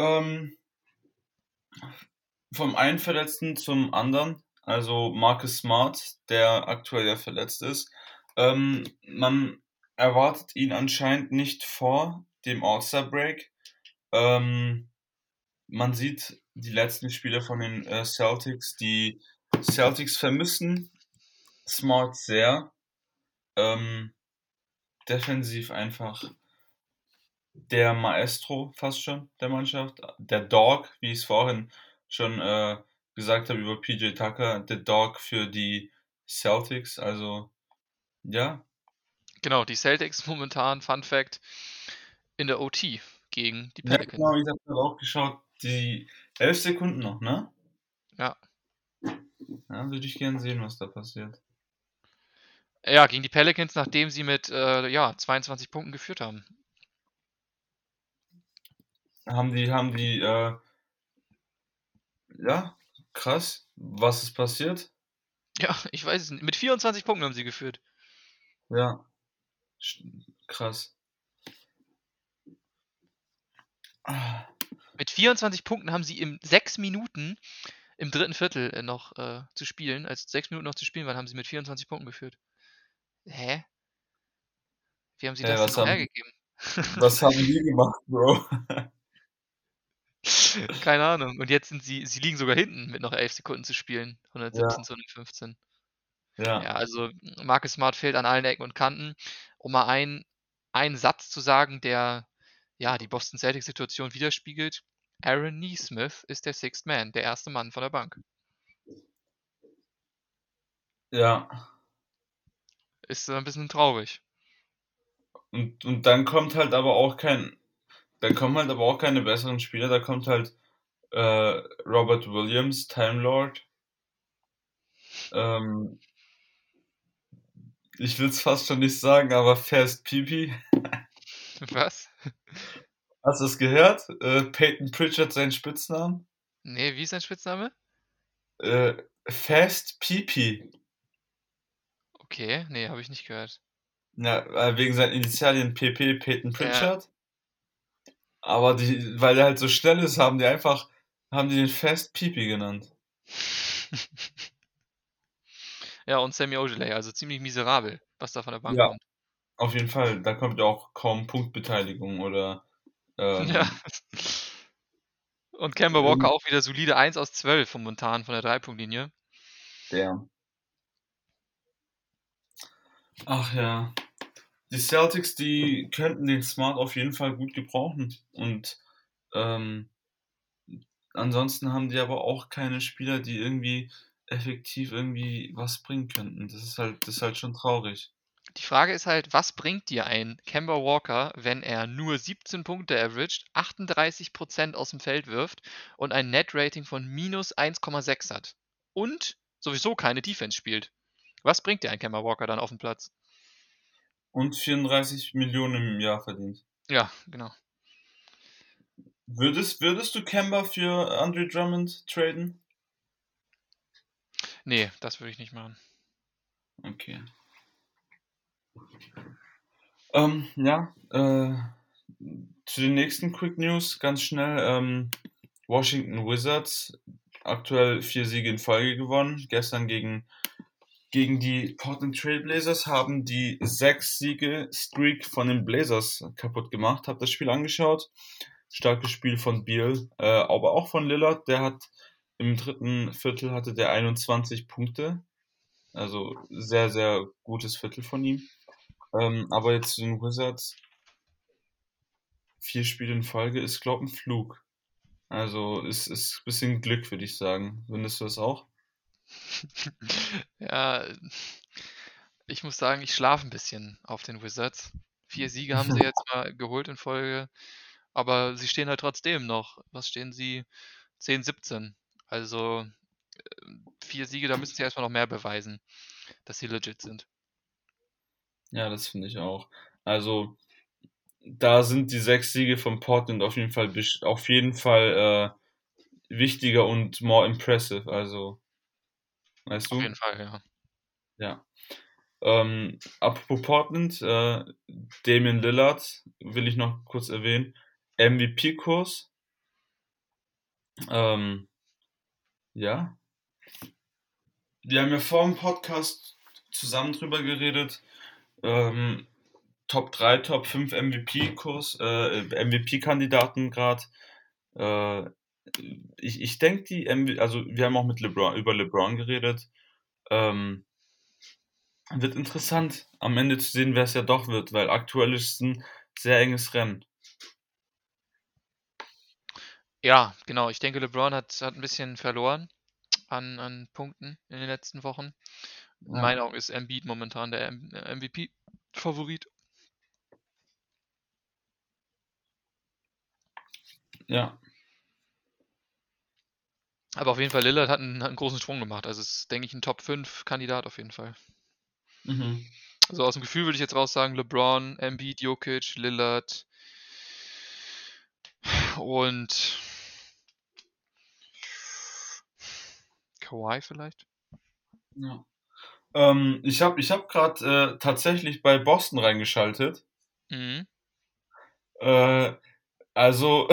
vom einen Verletzten zum anderen, also Marcus Smart, der aktuell ja verletzt ist. Man erwartet ihn anscheinend nicht vor dem All-Star Break. Ähm, Man sieht die letzten Spiele von den Celtics. Die Celtics vermissen Smart sehr. Ähm, defensiv einfach der Maestro fast schon der Mannschaft. Der Dog, wie ich es vorhin schon gesagt habe über PJ Tucker, der Dog für die Celtics. Also ja. Genau, die Celtics momentan, Fun Fact, in der OT gegen die Ja, Pelicans. genau, ich habe gerade auch geschaut, die 11 Sekunden noch, ne? Ja. Ja, würde ich gern sehen, was da passiert. Ja, gegen die Pelicans, nachdem sie mit 22 Punkten geführt haben. Ja, krass. Was ist passiert? Ja, ich weiß es nicht. Mit 24 Punkten haben sie geführt. Ja, krass. Ah, Mit 24 Punkten haben sie in 6 Minuten im dritten Viertel noch zu spielen. Als 6 Minuten noch zu spielen waren, haben sie mit 24 Punkten geführt. Hä? Wie haben sie Hey, das denn noch hergegeben? was haben die gemacht, Bro? Keine Ahnung. Und jetzt sie liegen sogar hinten mit noch 11 Sekunden zu spielen. Ja, 117 zu 115. ja, Ja, also Marcus Smart fehlt an allen Ecken und Kanten. Um mal einen Satz zu sagen, der ja die Boston Celtics-Situation widerspiegelt. Aaron Nesmith ist der Sixth Man, der erste Mann von der Bank. ja. Ist ein bisschen traurig. Und dann kommt halt aber auch dann kommen halt aber auch keine besseren Spieler. Da kommt halt Robert Williams, Time Lord. Ähm, ich will es fast schon nicht sagen, aber Fast Pipi. Was? Hast du es gehört? Peyton Pritchard sein Spitznamen? Nee, wie ist sein Spitzname? Äh, Fast Pipi. Okay, nee, habe ich nicht gehört. Ja, wegen seinen Initialien PP, Peyton Ja. Pritchard. Aber weil er halt so schnell ist, haben die den Fast Pipi genannt. Ja, und Sammy Ojeley, also ziemlich miserabel, was da von der Bank Ja, kommt. auf jeden Fall. Da kommt ja auch kaum Punktbeteiligung oder Ja. ähm, Und Kemba Walker auch wieder solide 1 aus 12 momentan von der Dreipunktlinie. der. Ach ja. Die Celtics, die könnten den Smart auf jeden Fall gut gebrauchen. Und ähm, ansonsten haben die aber auch keine Spieler, die irgendwie effektiv irgendwie was bringen könnten. Das ist halt schon traurig. Die Frage ist halt, was bringt dir ein Kemba Walker, wenn er nur 17 Punkte averaged, 38% aus dem Feld wirft und ein Net-Rating von minus 1,6 hat und sowieso keine Defense spielt? Was bringt dir ein Kemba Walker dann auf dem Platz? Und 34 Millionen im Jahr verdient. Ja, genau. Würdest du Kemba für Andre Drummond traden? Nee, das würde ich nicht machen. Okay. Ja, zu den nächsten Quick News ganz schnell. Washington Wizards, aktuell 4 Siege in Folge gewonnen. Gestern gegen die Portland Trail Blazers haben die 6 Siege Streak von den Blazers kaputt gemacht. Hab das Spiel angeschaut. Starkes Spiel von Beal, aber auch von Lillard. Der hat im dritten Viertel hatte der 21 Punkte. Also sehr, sehr gutes Viertel von ihm. Aber jetzt zu den Wizards, 4 Spiele in Folge ist, glaube ich, ein Flug. Also ist ein bisschen Glück, würde ich sagen. Findest du das auch? Ja, ich muss sagen, ich schlafe ein bisschen auf den Wizards. 4 Siege haben sie jetzt mal geholt in Folge, aber sie stehen halt trotzdem noch, was stehen sie? 10, 17. Also 4 Siege, da müssen sie erst mal noch mehr beweisen, dass sie legit sind. Ja, das finde ich auch. Also da sind die 6 Siege von Portland auf jeden Fall wichtiger und more impressive. Also, weißt Auf du? jeden Fall, ja. Ja. Apropos Portland, Damian Lillard will ich noch kurz erwähnen. MVP-Kurs. Ähm, ja. Wir haben ja vor dem Podcast zusammen drüber geredet. Ähm, Top 3, Top 5 MVP-Kurs, MVP-Kandidaten gerade. Äh, ich denke, also wir haben auch mit LeBron über LeBron geredet. Ähm, Wird interessant, am Ende zu sehen, wer es ja doch wird, weil aktuell ist es ein sehr enges Rennen. Ja, genau. Ich denke, LeBron hat ein bisschen verloren an Punkten in den letzten Wochen. In Ja, meinen Augen ist Embiid momentan der MVP-Favorit. ja. Aber auf jeden Fall, Lillard hat einen großen Sprung gemacht. Also ist, denke ich, ein Top-5-Kandidat auf jeden Fall. Mhm. Also aus dem Gefühl würde ich jetzt raus sagen, LeBron, Embiid, Jokic, Lillard und Kawhi vielleicht. Ja. Ich hab gerade tatsächlich bei Boston reingeschaltet. Mhm. Äh, also,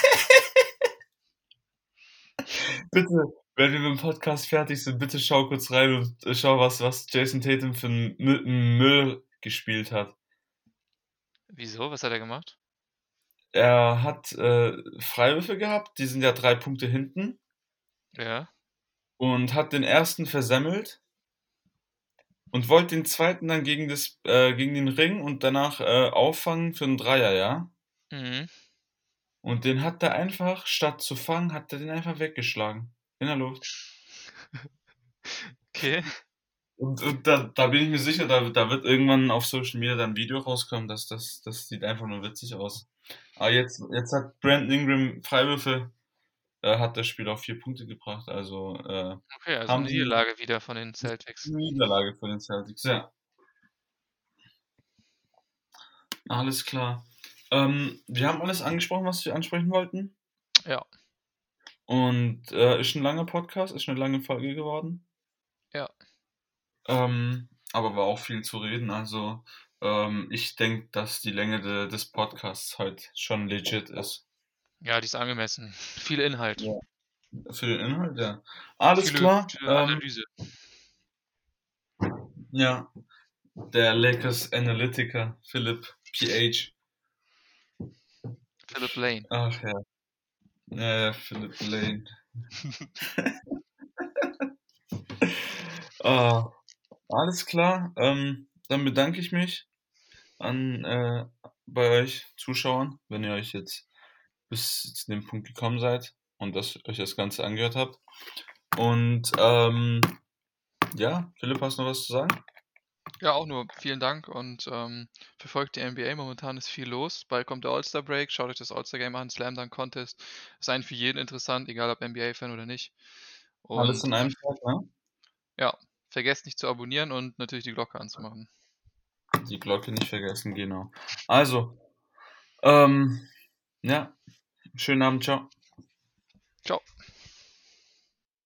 bitte, wenn wir mit dem Podcast fertig sind, bitte schau kurz rein und schau, was Jason Tatum für einen Müll gespielt hat. Wieso? Was hat er gemacht? Er hat Freiwürfe gehabt, die sind ja 3 Punkte hinten, Ja. und hat den ersten versemmelt und wollte den zweiten dann gegen den Ring und danach auffangen für einen Dreier, ja? Mhm. Und den hat er einfach, statt zu fangen, hat er den einfach weggeschlagen. In der Luft. Okay. Und da bin ich mir sicher, da wird irgendwann auf Social Media dann ein Video rauskommen, das sieht einfach nur witzig aus. Aber jetzt hat Brandon Ingram Freiwürfe, hat das Spiel auf 4 Punkte gebracht. Also Okay, also haben eine sie Niederlage wieder von den Celtics. eine Niederlage für den Celtics. Ja, alles klar. Wir haben alles angesprochen, was wir ansprechen wollten. Ja, Und ist ein langer Podcast, ist eine lange Folge geworden. ja. Aber war auch viel zu reden. Also ich denke, dass die Länge des Podcasts heute schon legit ist. Ja, die ist angemessen. Viel Inhalt. Ja. Für den Inhalt, ja. Alles Viele klar. gute Analyse. Ja, der Lakers Analytiker Philipp PH. Philip Lane. Ach ja, ja, ja, Philipp Lane. Ah, alles klar. Dann bedanke ich mich an bei euch Zuschauern, wenn ihr euch jetzt bis zu dem Punkt gekommen seid und euch das Ganze angehört habt. Und ja, Philipp, hast du noch was zu sagen? Ja, auch nur vielen Dank und verfolgt die NBA. Momentan ist viel los. Bald kommt der All-Star Break. Schaut euch das All-Star Game an. Slam Dunk Contest. Ist eigentlich für jeden interessant, egal ob NBA-Fan oder nicht. Alles Und in einem Tag, ne? ja, vergesst nicht zu abonnieren und natürlich die Glocke anzumachen. Die Glocke nicht vergessen, genau. Also, ähm, ja, schönen Abend, ciao. Ciao.